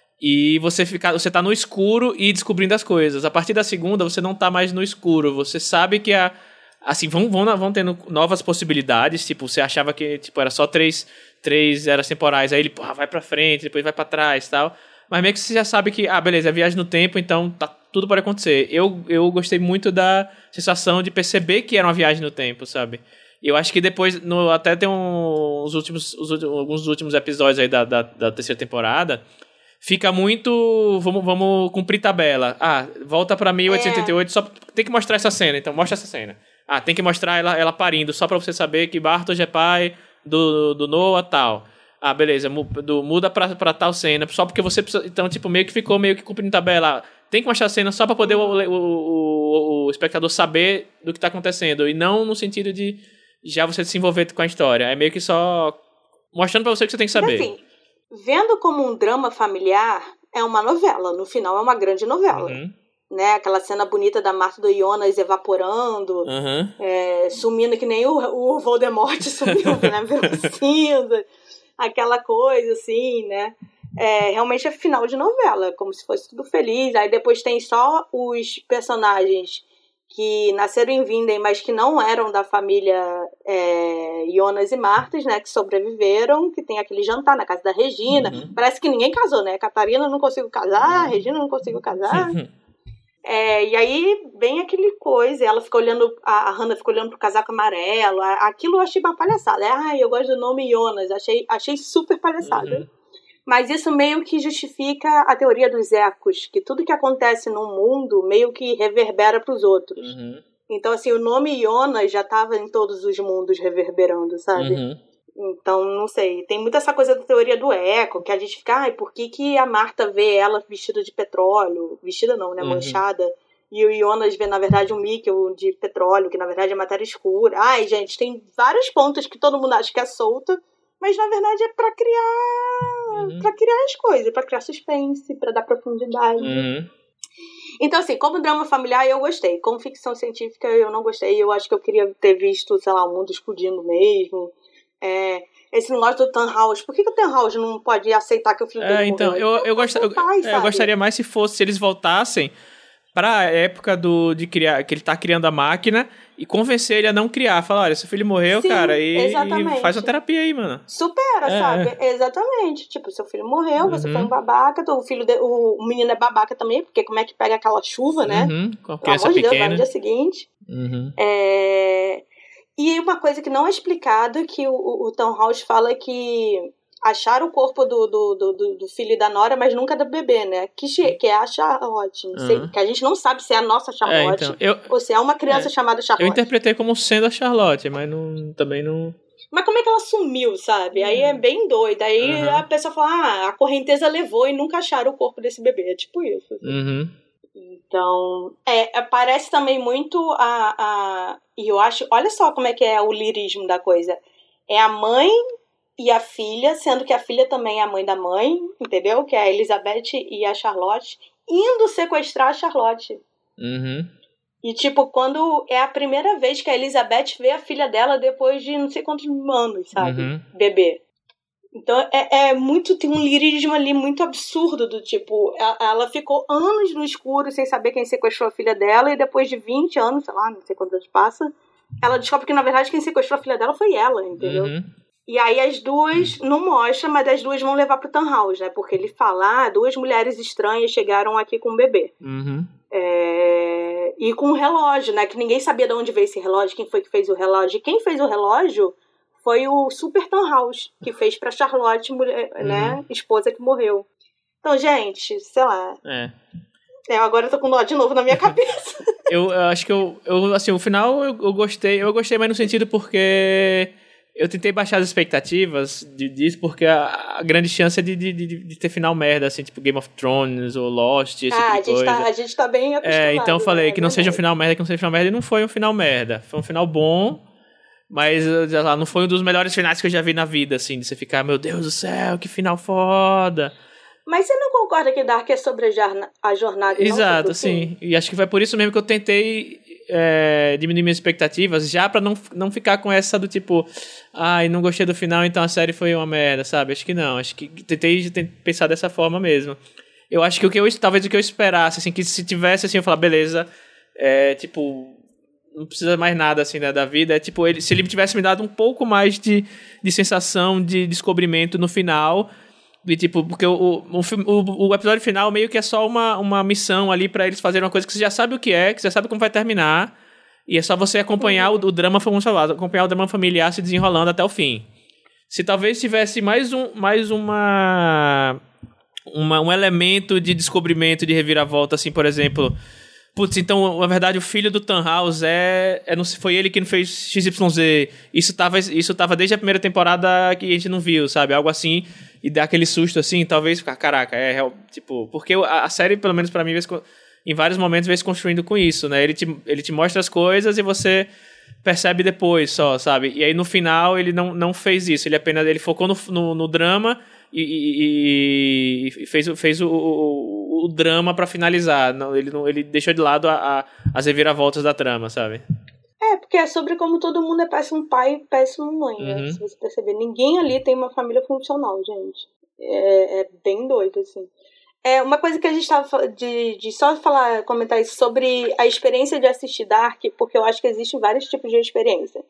E você, fica, você tá no escuro e descobrindo as coisas. A partir da segunda, você não tá mais no escuro. Você sabe que a... Assim, vão, vão, vão tendo novas possibilidades. Tipo, você achava que tipo, era só três... três eras temporais, aí ele pô, vai pra frente, depois vai pra trás e tal, mas meio que você já sabe que, ah, beleza, é viagem no tempo, então tá, tudo pode acontecer. Eu, eu gostei muito da sensação de perceber que era uma viagem no tempo, sabe? E eu acho que depois, no, até tem uns últimos, os últimos, alguns dos últimos episódios aí da, da, da terceira temporada, fica muito, vamos, vamos cumprir tabela. Ah, volta pra mil oitocentos e oitenta e oito, é. Só tem que mostrar essa cena, então mostra essa cena. Ah, tem que mostrar ela, ela parindo, só pra você saber que Bartosz é pai do, do Noah tal. Ah, beleza, do, muda pra, pra tal cena, só porque você precisa... Então, tipo, meio que ficou meio que cumprindo tabela. Tem que mostrar a cena só pra poder o, o, o, o espectador saber do que tá acontecendo. E não no sentido de, já você se envolver com a história. É meio que só mostrando pra você o que você tem que saber. Mas, assim, vendo como um drama familiar, é uma novela. No final é uma grande novela. Uhum. Né? Aquela cena bonita da Marta do Jonas evaporando, uhum. é, sumindo que nem o, o Voldemort sumiu, né? Virou cinza. Aquela coisa, assim, né? É, realmente é final de novela, como se fosse tudo feliz. Aí depois tem só os personagens que nasceram em Vinden, mas que não eram da família é, Jonas e Martas, né, que sobreviveram, que tem aquele jantar na casa da Regina. Uhum. Parece que ninguém casou, né? Catarina não conseguiu casar, uhum. Regina não conseguiu casar. É, e aí, bem aquele coisa, ela fica olhando, a, a Hannah fica olhando pro casaco amarelo, a, aquilo eu achei uma palhaçada. Ai, eu gosto do nome Jonas, achei, achei super palhaçada. Uhum. Mas isso meio que justifica a teoria dos ecos, que tudo que acontece no mundo meio que reverbera pros outros. Uhum. Então, assim, o nome Jonas já tava em todos os mundos reverberando, sabe? Uhum. Então, não sei, tem muita essa coisa da teoria do eco, que a gente fica, ai, por que, que a Marta vê ela vestida de petróleo? Vestida não, né? Uhum. Manchada. E o Jonas vê, na verdade, um níquel de petróleo, que na verdade é matéria escura. Ai, gente, tem vários pontos que todo mundo acha que é solta, mas na verdade é pra criar, uhum. pra criar as coisas, pra criar suspense, pra dar profundidade. Uhum. Então, assim, como drama familiar eu gostei. Como ficção científica eu não gostei. Eu acho que eu queria ter visto, sei lá, o mundo explodindo mesmo. É, esse negócio do Tannhaus. Por que, que o Tannhaus não pode aceitar que o filho dele é, então, morreu? Eu, eu, gost... eu, pai, eu gostaria mais se fosse, se eles voltassem pra época do, de criar, que ele tá criando a máquina e convencer ele a não criar. Falar, olha, seu filho morreu, Sim, cara, e, e faz uma terapia aí, mano. Supera, é, sabe? É. Exatamente. Tipo, seu filho morreu, uhum. você foi um babaca, o filho de, o, o menino é babaca também, porque como é que pega aquela chuva, né? Uhum. Com a criança pequena. Deus, vai no dia seguinte. Uhum. É... E uma coisa que não é explicada, que o, o, o Tannhaus fala que acharam o corpo do, do, do, do filho da Nora, mas nunca do bebê, né? Que, que é a Charlotte. Não sei, uhum. que a gente não sabe se é a nossa Charlotte é, então, eu, ou se é uma criança é, chamada Charlotte. Eu interpretei como sendo a Charlotte, mas não, também não... Mas como é que ela sumiu, sabe? Aí é bem doida. Aí uhum. a pessoa fala, ah, a correnteza levou e nunca acharam o corpo desse bebê. É tipo isso. Assim. Uhum. Então, é, parece também muito a, a... E eu acho... Olha só como é que é o lirismo da coisa. É a mãe e a filha, sendo que a filha também é a mãe da mãe, entendeu? Que é a Elizabeth e a Charlotte, indo sequestrar a Charlotte. Uhum. E, tipo, quando é a primeira vez que a Elizabeth vê a filha dela depois de não sei quantos anos, sabe? Uhum. Bebê. Então, é, é muito... Tem um lirismo ali muito absurdo do tipo... Ela ficou anos no escuro sem saber quem sequestrou a filha dela e depois de vinte anos, sei lá, não sei quantos anos passa, ela descobre que, na verdade, quem sequestrou a filha dela foi ela, entendeu? Uhum. E aí as duas... Não mostra, mas as duas vão levar pro Tannhaus, né? Porque ele fala, ah, duas mulheres estranhas chegaram aqui com um bebê. Uhum. É... E com um relógio, né? Que ninguém sabia de onde veio esse relógio, quem foi que fez o relógio. E quem fez o relógio... foi o Super Tannhaus, que fez pra Charlotte, mulher, uhum. né, esposa que morreu. Então, gente, sei lá. É. é agora eu tô com nó de novo na minha cabeça. eu, eu acho que eu, eu assim, o final eu, eu gostei, eu gostei mais no sentido porque eu tentei baixar as expectativas de, disso, porque a, a grande chance é de, de, de, de ter final merda, assim, tipo Game of Thrones ou Lost, esse ah, tipo de coisa. Tá, a gente tá bem acostumado. É, então eu falei né? que não seja um final merda, que não seja um final merda, e não foi um final merda. Foi um final bom. Mas, sei lá, não foi um dos melhores finais que eu já vi na vida, assim, de você ficar, meu Deus do céu, que final foda. Mas você não concorda que Dark é sobre a, jarna, a jornada e Exato, não sim. E acho que foi por isso mesmo que eu tentei é, diminuir minhas expectativas, já pra não, não ficar com essa do tipo, ai, não gostei do final, então a série foi uma merda, sabe? Acho que não, acho que tentei, tentei pensar dessa forma mesmo. Eu acho que o que eu, talvez o que eu esperasse, assim, que se tivesse, assim, eu falar, beleza, é, tipo... não precisa mais nada, assim, né, da vida. É tipo, ele, se ele tivesse me dado um pouco mais de, de sensação de descobrimento no final, de tipo, porque o, o, o, o episódio final meio que é só uma, uma missão ali pra eles fazerem uma coisa que você já sabe o que é, que você já sabe como vai terminar, e é só você acompanhar o, o drama, vamos falar, acompanhar o drama familiar se desenrolando até o fim. Se talvez tivesse mais um, mais uma, uma um elemento de descobrimento, de reviravolta, assim, por exemplo... Putz, então, na verdade, o filho do Tannhaus é, é... não foi ele que fez X Y Z. Isso tava, isso tava desde a primeira temporada que a gente não viu, sabe? Algo assim, e dá aquele susto assim, talvez... Caraca, é real... Tipo... Porque a, a série, pelo menos pra mim, em vários momentos, vem se construindo com isso, né? Ele te, ele te mostra as coisas e você percebe depois só, sabe? E aí no final ele não, não fez isso, ele apenas ele focou no, no, no drama e, e, e fez, fez o, o, o drama pra finalizar. Não, ele, não, ele deixou de lado a, a, as reviravoltas da trama, sabe? É, porque é sobre como todo mundo é péssimo pai e péssimo mãe, né? Uhum. Se você perceber. Ninguém ali tem uma família funcional, gente. É, é bem doido, assim. É, uma coisa que a gente tava de, de só falar, comentar isso sobre a experiência de assistir Dark, porque eu acho que existem vários tipos de experiência.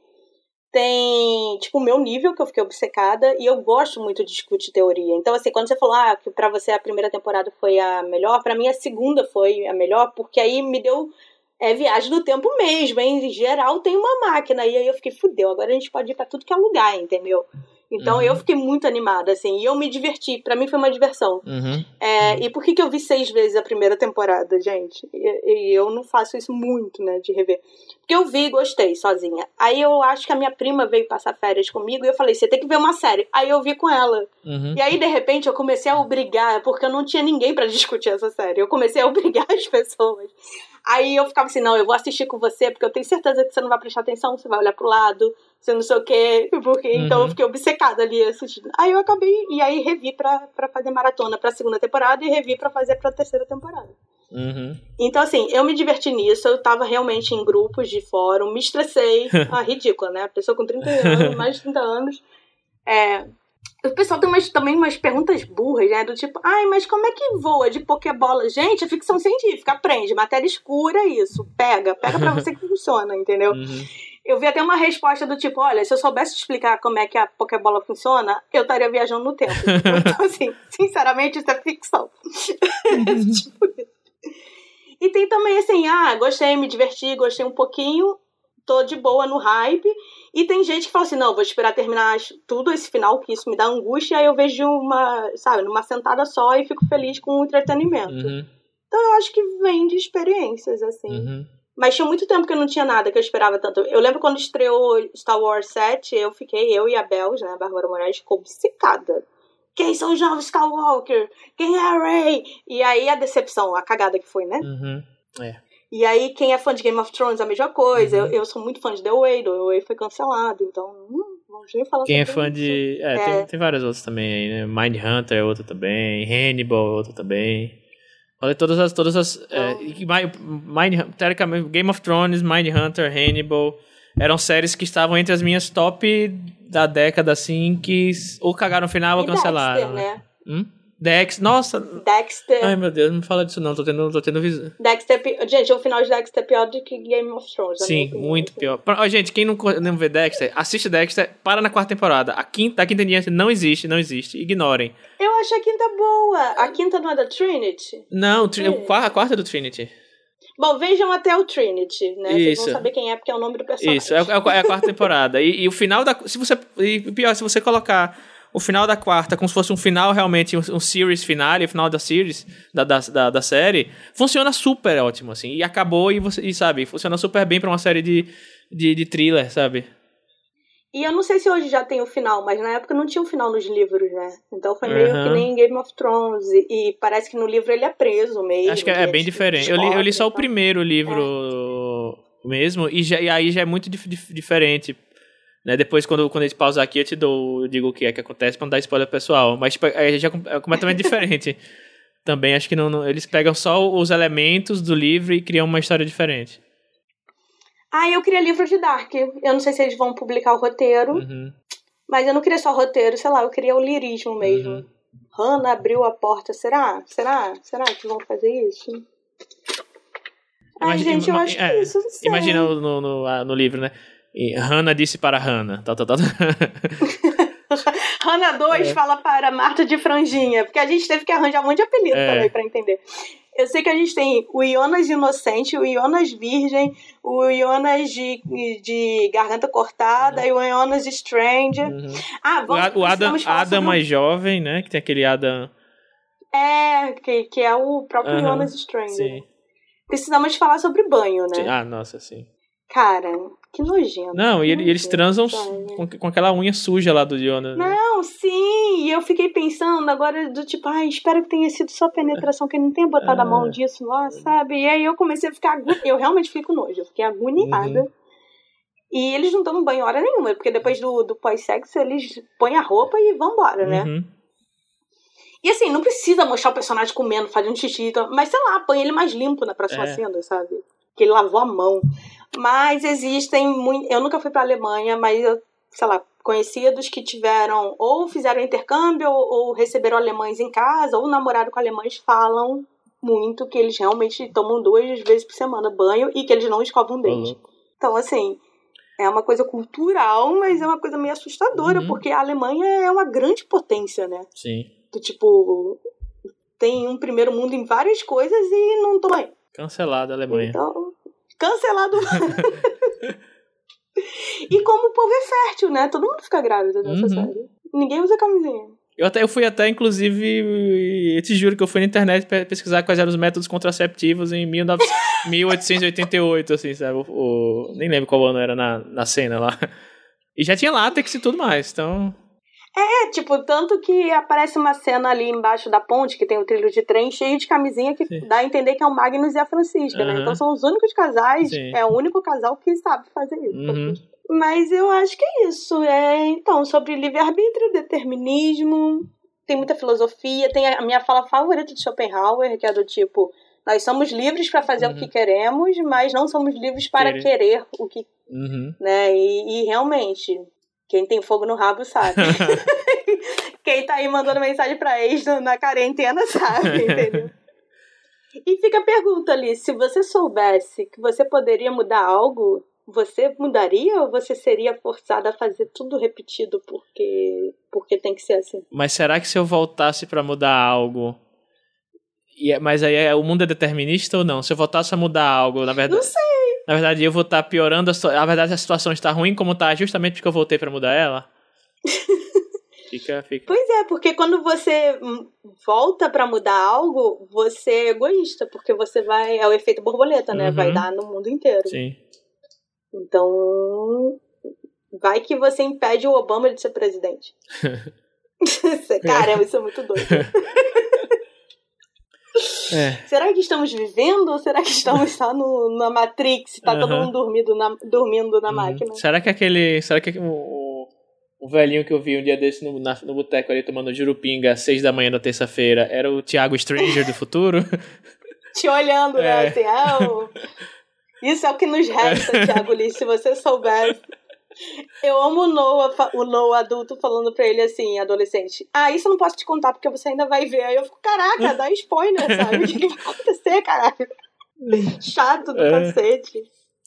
Tem, tipo, o meu nível, que eu fiquei obcecada, e eu gosto muito de discutir teoria. Então, assim, quando você falou, ah, que pra você a primeira temporada foi a melhor, pra mim a segunda foi a melhor, porque aí me deu... É viagem do tempo mesmo, hein? Em geral tem uma máquina. E aí eu fiquei, fudeu, agora a gente pode ir pra tudo que é lugar, entendeu? Então uhum. eu fiquei muito animada, assim. E eu me diverti. Pra mim foi uma diversão. Uhum. É, uhum. E por que que eu vi seis vezes a primeira temporada, gente? E, e eu não faço isso muito, né? De rever. Porque eu vi e gostei sozinha. Aí eu acho que a minha prima veio passar férias comigo. E eu falei, você tem que ver uma série. Aí eu vi com ela. Uhum. E aí, de repente, eu comecei a obrigar. Porque eu não tinha ninguém pra discutir essa série. Eu comecei a obrigar as pessoas. Aí eu ficava assim, não, eu vou assistir com você, porque eu tenho certeza que você não vai prestar atenção, você vai olhar pro lado, você não sei o quê, porque uhum. Então eu fiquei obcecada ali assistindo. Aí eu acabei, e aí revi pra, pra fazer maratona pra segunda temporada e revi pra fazer pra terceira temporada. Uhum. Então assim, eu me diverti nisso, eu tava realmente em grupos de fórum, me estressei, ah, ridícula, né? A pessoa com trinta anos, mais de trinta anos, é... O pessoal tem umas, também umas perguntas burras, né? Do tipo, ai, mas como é que voa de pokebola? Gente, é ficção científica, aprende. Matéria escura, isso. Pega, pega pra você que funciona, entendeu? Uhum. Eu vi até uma resposta do tipo, olha, se eu soubesse explicar como é que a pokebola funciona, eu estaria viajando no tempo. Então, assim, sinceramente, isso é ficção. Uhum. Tipo isso. E tem também, assim, ah, gostei, me diverti, gostei um pouquinho, tô de boa no hype. E tem gente que fala assim, não, vou esperar terminar tudo esse final, que isso me dá angústia, e aí eu vejo uma, sabe, numa sentada só e fico feliz com o entretenimento. Uhum. Então eu acho que vem de experiências, assim. Uhum. Mas tinha muito tempo que eu não tinha nada que eu esperava tanto. Eu lembro quando estreou Star Wars sete, eu fiquei, eu e a Belge, né, a Bárbara Moraes, ficou obcecada. Quem são os novos Skywalker? Quem é a Rey? E aí a decepção, a cagada que foi, né? Uhum. É. E aí, quem é fã de Game of Thrones, a mesma coisa. Uhum. Eu, eu sou muito fã de The Way, The Way foi cancelado, então hum, vamos nem falar quem sobre é fã isso. de... É, é. Tem, tem vários outros também aí, né? Mindhunter é outro também, Hannibal é outro também. Olha, todas as... Todas as então... é, Mind, teoricamente, Game of Thrones, Mindhunter, Hannibal, eram séries que estavam entre as minhas top da década, assim, que ou cagaram no final ou cancelaram. Dexter, né? Hum? Dex, nossa. Dexter. Ai, meu Deus, não me fala disso não, tô tendo, tô tendo visão. Dexter, gente, o final de Dexter é pior do que Game of Thrones. Sim, muito pior. Ó, gente, quem não, não vê Dexter, assiste Dexter, para na quarta temporada. A quinta, a quinta diante não existe, não existe, ignorem. Eu acho a quinta boa. A quinta não é da Trinity? Não, a quarta é do Trinity. Bom, vejam até o Trinity, né? Isso. Vocês vão saber quem é, porque é o nome do personagem. Isso, é, é a quarta temporada. E, e o final da... Se você, e pior, se você colocar o final da quarta como se fosse um final realmente, um, um series finale, o final da series, da, da, da, da série, funciona super ótimo, assim. E acabou e, você, e sabe, funciona super bem pra uma série de, de, de thriller, sabe? E eu não sei se hoje já tem o final, mas na época não tinha o final nos livros, né? Então foi meio uhum. que nem Game of Thrones. E, e parece que no livro ele é preso mesmo. Acho que é, é bem diferente. Eu li, eu li só o primeiro livro é. mesmo, e, já, e aí já é muito dif, dif, diferente. Né? Depois, quando, quando a gente pausar aqui, eu te dou, eu digo o que é que acontece pra não dar spoiler pessoal. Mas tipo, é, já é completamente diferente. Também acho que não, não, eles pegam só os elementos do livro e criam uma história diferente. Ah, eu queria livro de Dark. Eu não sei se eles vão publicar o roteiro. Uhum. Mas eu não queria só roteiro, sei lá, eu queria o lirismo mesmo. Uhum. Hannah abriu a porta. Será? Será? Será que vão fazer isso? Ai, imagina, gente, eu acho que é, isso, não sei. Imagina no, no, no livro, né? E Hannah disse para Hannah. Tá, tá, tá. Hannah dois é. fala para Marta de Franjinha. Porque a gente teve que arranjar um monte de apelido é. também pra entender. Eu sei que a gente tem o Jonas Inocente, o Jonas Virgem, o Jonas de, de Garganta Cortada uhum. e o Jonas Strange. Uhum. Ah, vamos, o Adam, Adam mais sobre... jovem, né? Que tem aquele Adam... É, que, que é o próprio uhum. Jonas Strange. Sim. Precisamos falar sobre banho, né? Sim. Ah, nossa, sim. Cara, que nojento. Não, e nojento, eles transam com, com aquela unha suja lá do Jonas. Não, né? Sim, e eu fiquei pensando agora do tipo, ai, espero que tenha sido só penetração, que ele não tenha botado é. a mão disso lá, sabe? E aí eu comecei a ficar, agu... eu realmente fiquei com nojo, eu fiquei agoniada. Uhum. E eles não tomam banho hora nenhuma, porque depois do, do pós-sexo eles põem a roupa e vão embora, né? Uhum. E assim, não precisa mostrar o personagem comendo, fazendo xixi, mas sei lá, põe ele mais limpo na próxima É. cena, sabe? Que ele lavou a mão. Mas existem muito... Eu nunca fui pra Alemanha, mas eu, sei lá, conhecidos que tiveram ou fizeram intercâmbio ou, ou receberam alemães em casa ou namoraram com alemães falam muito que eles realmente tomam duas vezes por semana banho e que eles não escovam dente. Uhum. Então, assim, é uma coisa cultural, mas é uma coisa meio assustadora, uhum. porque a Alemanha é uma grande potência, né? Sim. Do tipo, tem um primeiro mundo em várias coisas e não toma banho. Cancelado a Alemanha. Então, cancelado. E como o povo é fértil, né? Todo mundo fica grávido nessa uhum. série. Ninguém usa camisinha. Eu, até, eu fui até, inclusive, eu te juro que eu fui na internet pra pesquisar quais eram os métodos contraceptivos em mil oitocentos e oitenta e oito, assim, sabe? O, o, nem lembro qual ano era na, na cena lá. E já tinha látex e tudo mais, então... É, tipo, tanto que aparece uma cena ali embaixo da ponte, que tem um trilho de trem cheio de camisinha, que Sim. dá a entender que é o Magnus e a Francisca, uhum. né? Então são os únicos casais, Sim. é o único casal que sabe fazer isso. Uhum. Mas eu acho que é isso. É, então, sobre livre-arbítrio, determinismo, tem muita filosofia, tem a minha fala favorita de Schopenhauer, que é do tipo, nós somos livres para fazer uhum. o que queremos, mas não somos livres para Querer. querer o que... Uhum. Né? E, e realmente... Quem tem fogo no rabo sabe. Quem tá aí mandando mensagem pra ex na quarentena sabe, entendeu? E fica a pergunta ali, se você soubesse que você poderia mudar algo, você mudaria ou você seria forçada a fazer tudo repetido porque, porque tem que ser assim? Mas será que se eu voltasse pra mudar algo... Mas aí o mundo é determinista ou não? Se eu voltasse a mudar algo, na verdade... Não sei. Na verdade, eu vou estar tá piorando, a, situa- na verdade a situação está ruim como está justamente porque eu voltei para mudar ela. Fica, fica. Pois é, porque quando você volta para mudar algo, você é egoísta, porque você vai... É o efeito borboleta, né? Uhum. Vai dar no mundo inteiro. Sim. Então, vai que você impede o Obama de ser presidente. Cara, isso é muito doido. É. Será que estamos vivendo ou será que estamos só no, na Matrix? Tá uhum. todo mundo dormindo na, dormindo na uhum. máquina? Será que aquele... Será que o, o velhinho que eu vi um dia desse no, na, no boteco ali tomando jurupinga às seis da manhã da terça-feira era o Thiago Stranger do futuro? Te olhando, né? É. Assim, ah, o... Isso é o que nos resta, é. Thiago Lee, se você soubesse. Eu amo o Noah, o Noah adulto falando pra ele assim, adolescente, ah, isso eu não posso te contar porque você ainda vai ver. Aí eu fico, caraca, dá spoiler, sabe? O que vai acontecer, caralho? Chato do é. cacete.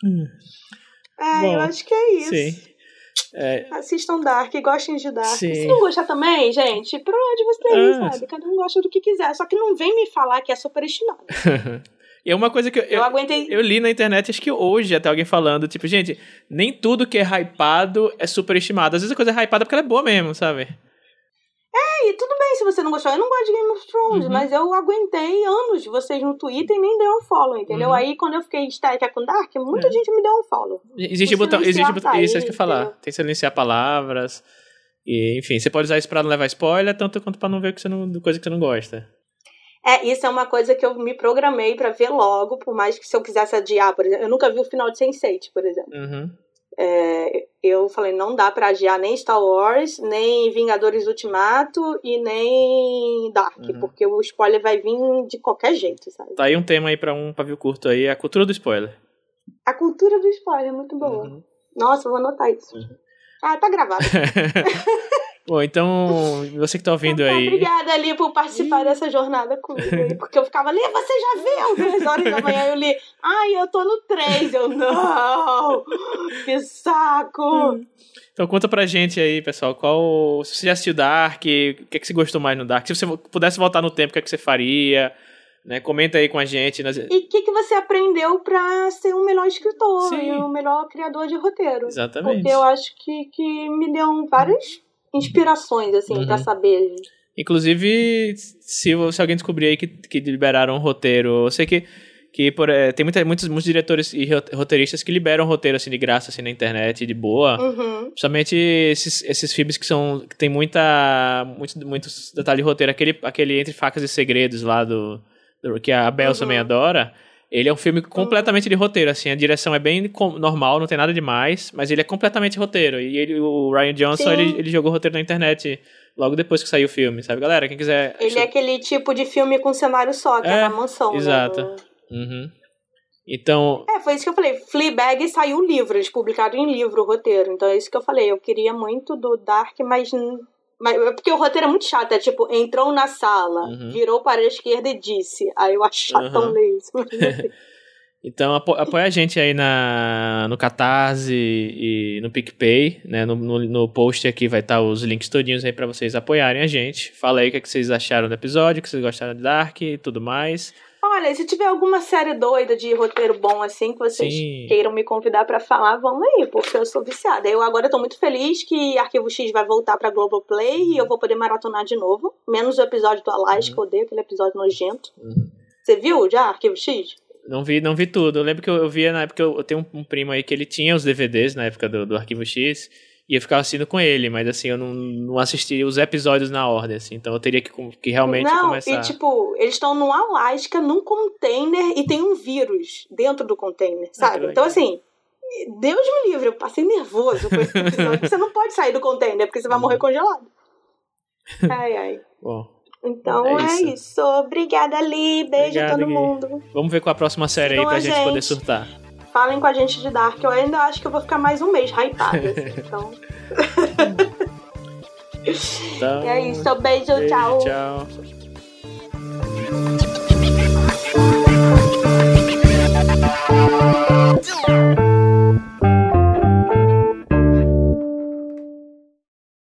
Ah, Bom, eu acho que é isso. Sim. É. Assistam Dark, gostem de Dark. Sim. Se não gostar também, gente, por onde vocês, ah. sabe? Cada um gosta do que quiser. Só que não vem me falar que é superestimado. E é uma coisa que eu, eu, eu, aguentei... eu li na internet, acho que hoje até alguém falando, tipo, gente, nem tudo que é hypado é superestimado. Às vezes a coisa é hypada porque ela é boa mesmo, sabe? É, e tudo bem se você não gostou. Eu não gosto de Game of Thrones, uhum. mas eu aguentei anos de vocês no Twitter e nem deu um follow, entendeu? Uhum. Aí quando eu fiquei histérica com Dark, muita é. gente me deu um follow. Existe botão, existe botão, isso é que eu ia falar. Entendeu? Tem que silenciar palavras. E, enfim, você pode usar isso pra não levar spoiler, tanto quanto pra não ver que você não, coisa que você não gosta. É, isso é uma coisa que eu me programei pra ver logo, por mais que se eu quisesse adiar, por exemplo. Eu nunca vi o final de sense eight, por exemplo. Uhum. É, eu falei, não dá pra adiar nem Star Wars, nem Vingadores Ultimato e nem Dark, uhum. porque o spoiler vai vir de qualquer jeito, sabe? Tá aí um tema aí pra um pavio curto aí, a cultura do spoiler. A cultura do spoiler é muito boa. Uhum. Nossa, eu vou anotar isso. Uhum. Ah, tá gravado. Bom, então, você que tá ouvindo então, aí... Obrigada, Li, por participar dessa jornada comigo aí, porque eu ficava, Li, você já viu? Duas horas da manhã eu li, ai, eu tô no três, eu, não, que saco. Então conta pra gente aí, pessoal, qual... Se você já assistiu Dark, o que, é que você gostou mais no Dark? Se você pudesse voltar no tempo, o que é que você faria? Né? Comenta aí com a gente. Nas... E o que, que você aprendeu pra ser um melhor escritor Sim. e um melhor criador de roteiro? Exatamente. Porque eu acho que, que me deu várias... inspirações, assim, uhum. pra saber. Inclusive, se, se alguém descobrir aí que, que liberaram um roteiro, eu sei que, que por, é, tem muita, muitos, muitos diretores e roteiristas que liberam roteiro, assim, de graça, assim, na internet, de boa. Uhum. Principalmente esses, esses filmes que são, que tem muita, muito, muitos detalhes de roteiro, aquele, aquele Entre Facas e Segredos lá do, do que a Bel uhum. também adora. Ele é um filme completamente de roteiro, assim, a direção é bem normal, não tem nada demais, mas ele é completamente roteiro, e ele, o Rian Johnson, ele, ele jogou roteiro na internet logo depois que saiu o filme, sabe, galera? Quem quiser... Ele é aquele tipo de filme com cenário só, que é, é na mansão, exato. Né? Uhum. Então... É, foi isso que eu falei, Fleabag saiu o livro, eles publicaram em livro o roteiro, então é isso que eu falei, eu queria muito do Dark, mas... Mas, porque o roteiro é muito chato, é tipo, entrou na sala, uhum. virou para a esquerda e disse. Aí eu acho chatão uhum. ler isso. Então apo- apoia a gente aí na, no Catarse e no PicPay, né? No, no, no post aqui vai estar os links todinhos aí para vocês apoiarem a gente. Fala aí o que, é que vocês acharam do episódio, o que vocês gostaram de Dark e tudo mais. Olha, se tiver alguma série doida de roteiro bom assim, que vocês Sim. queiram me convidar pra falar, vamos aí, porque eu sou viciada. Eu agora tô muito feliz que Arquivo X vai voltar pra Globoplay uhum. e eu vou poder maratonar de novo. Menos o episódio do Alaska, uhum. eu odeio aquele episódio nojento. Uhum. Você viu já Arquivo X? Não vi, não vi tudo. Eu lembro que eu, eu via na época, eu, eu tenho um, um primo aí que ele tinha os D V Ds na época do, do Arquivo X. E eu ficava assistindo com ele, mas assim, eu não, não assisti os episódios na ordem, assim, então eu teria que, que realmente não, começar... Não, e tipo, eles estão no Alasca, num container, e tem um vírus dentro do container, sabe? Ah, então assim, Deus me livre, eu passei nervoso com esse episódio. Você não pode sair do container, porque você vai morrer congelado. Ai, ai. Bom, então é isso. é isso. Obrigada, Li. Beijo Obrigado, a todo Gui. mundo. Vamos ver qual a próxima série Sigam aí pra gente, gente poder surtar. Falem com a gente de Dark. Eu ainda acho que eu vou ficar mais um mês hypada. Assim, então... então... É isso. Beijo, beijo tchau. Tchau.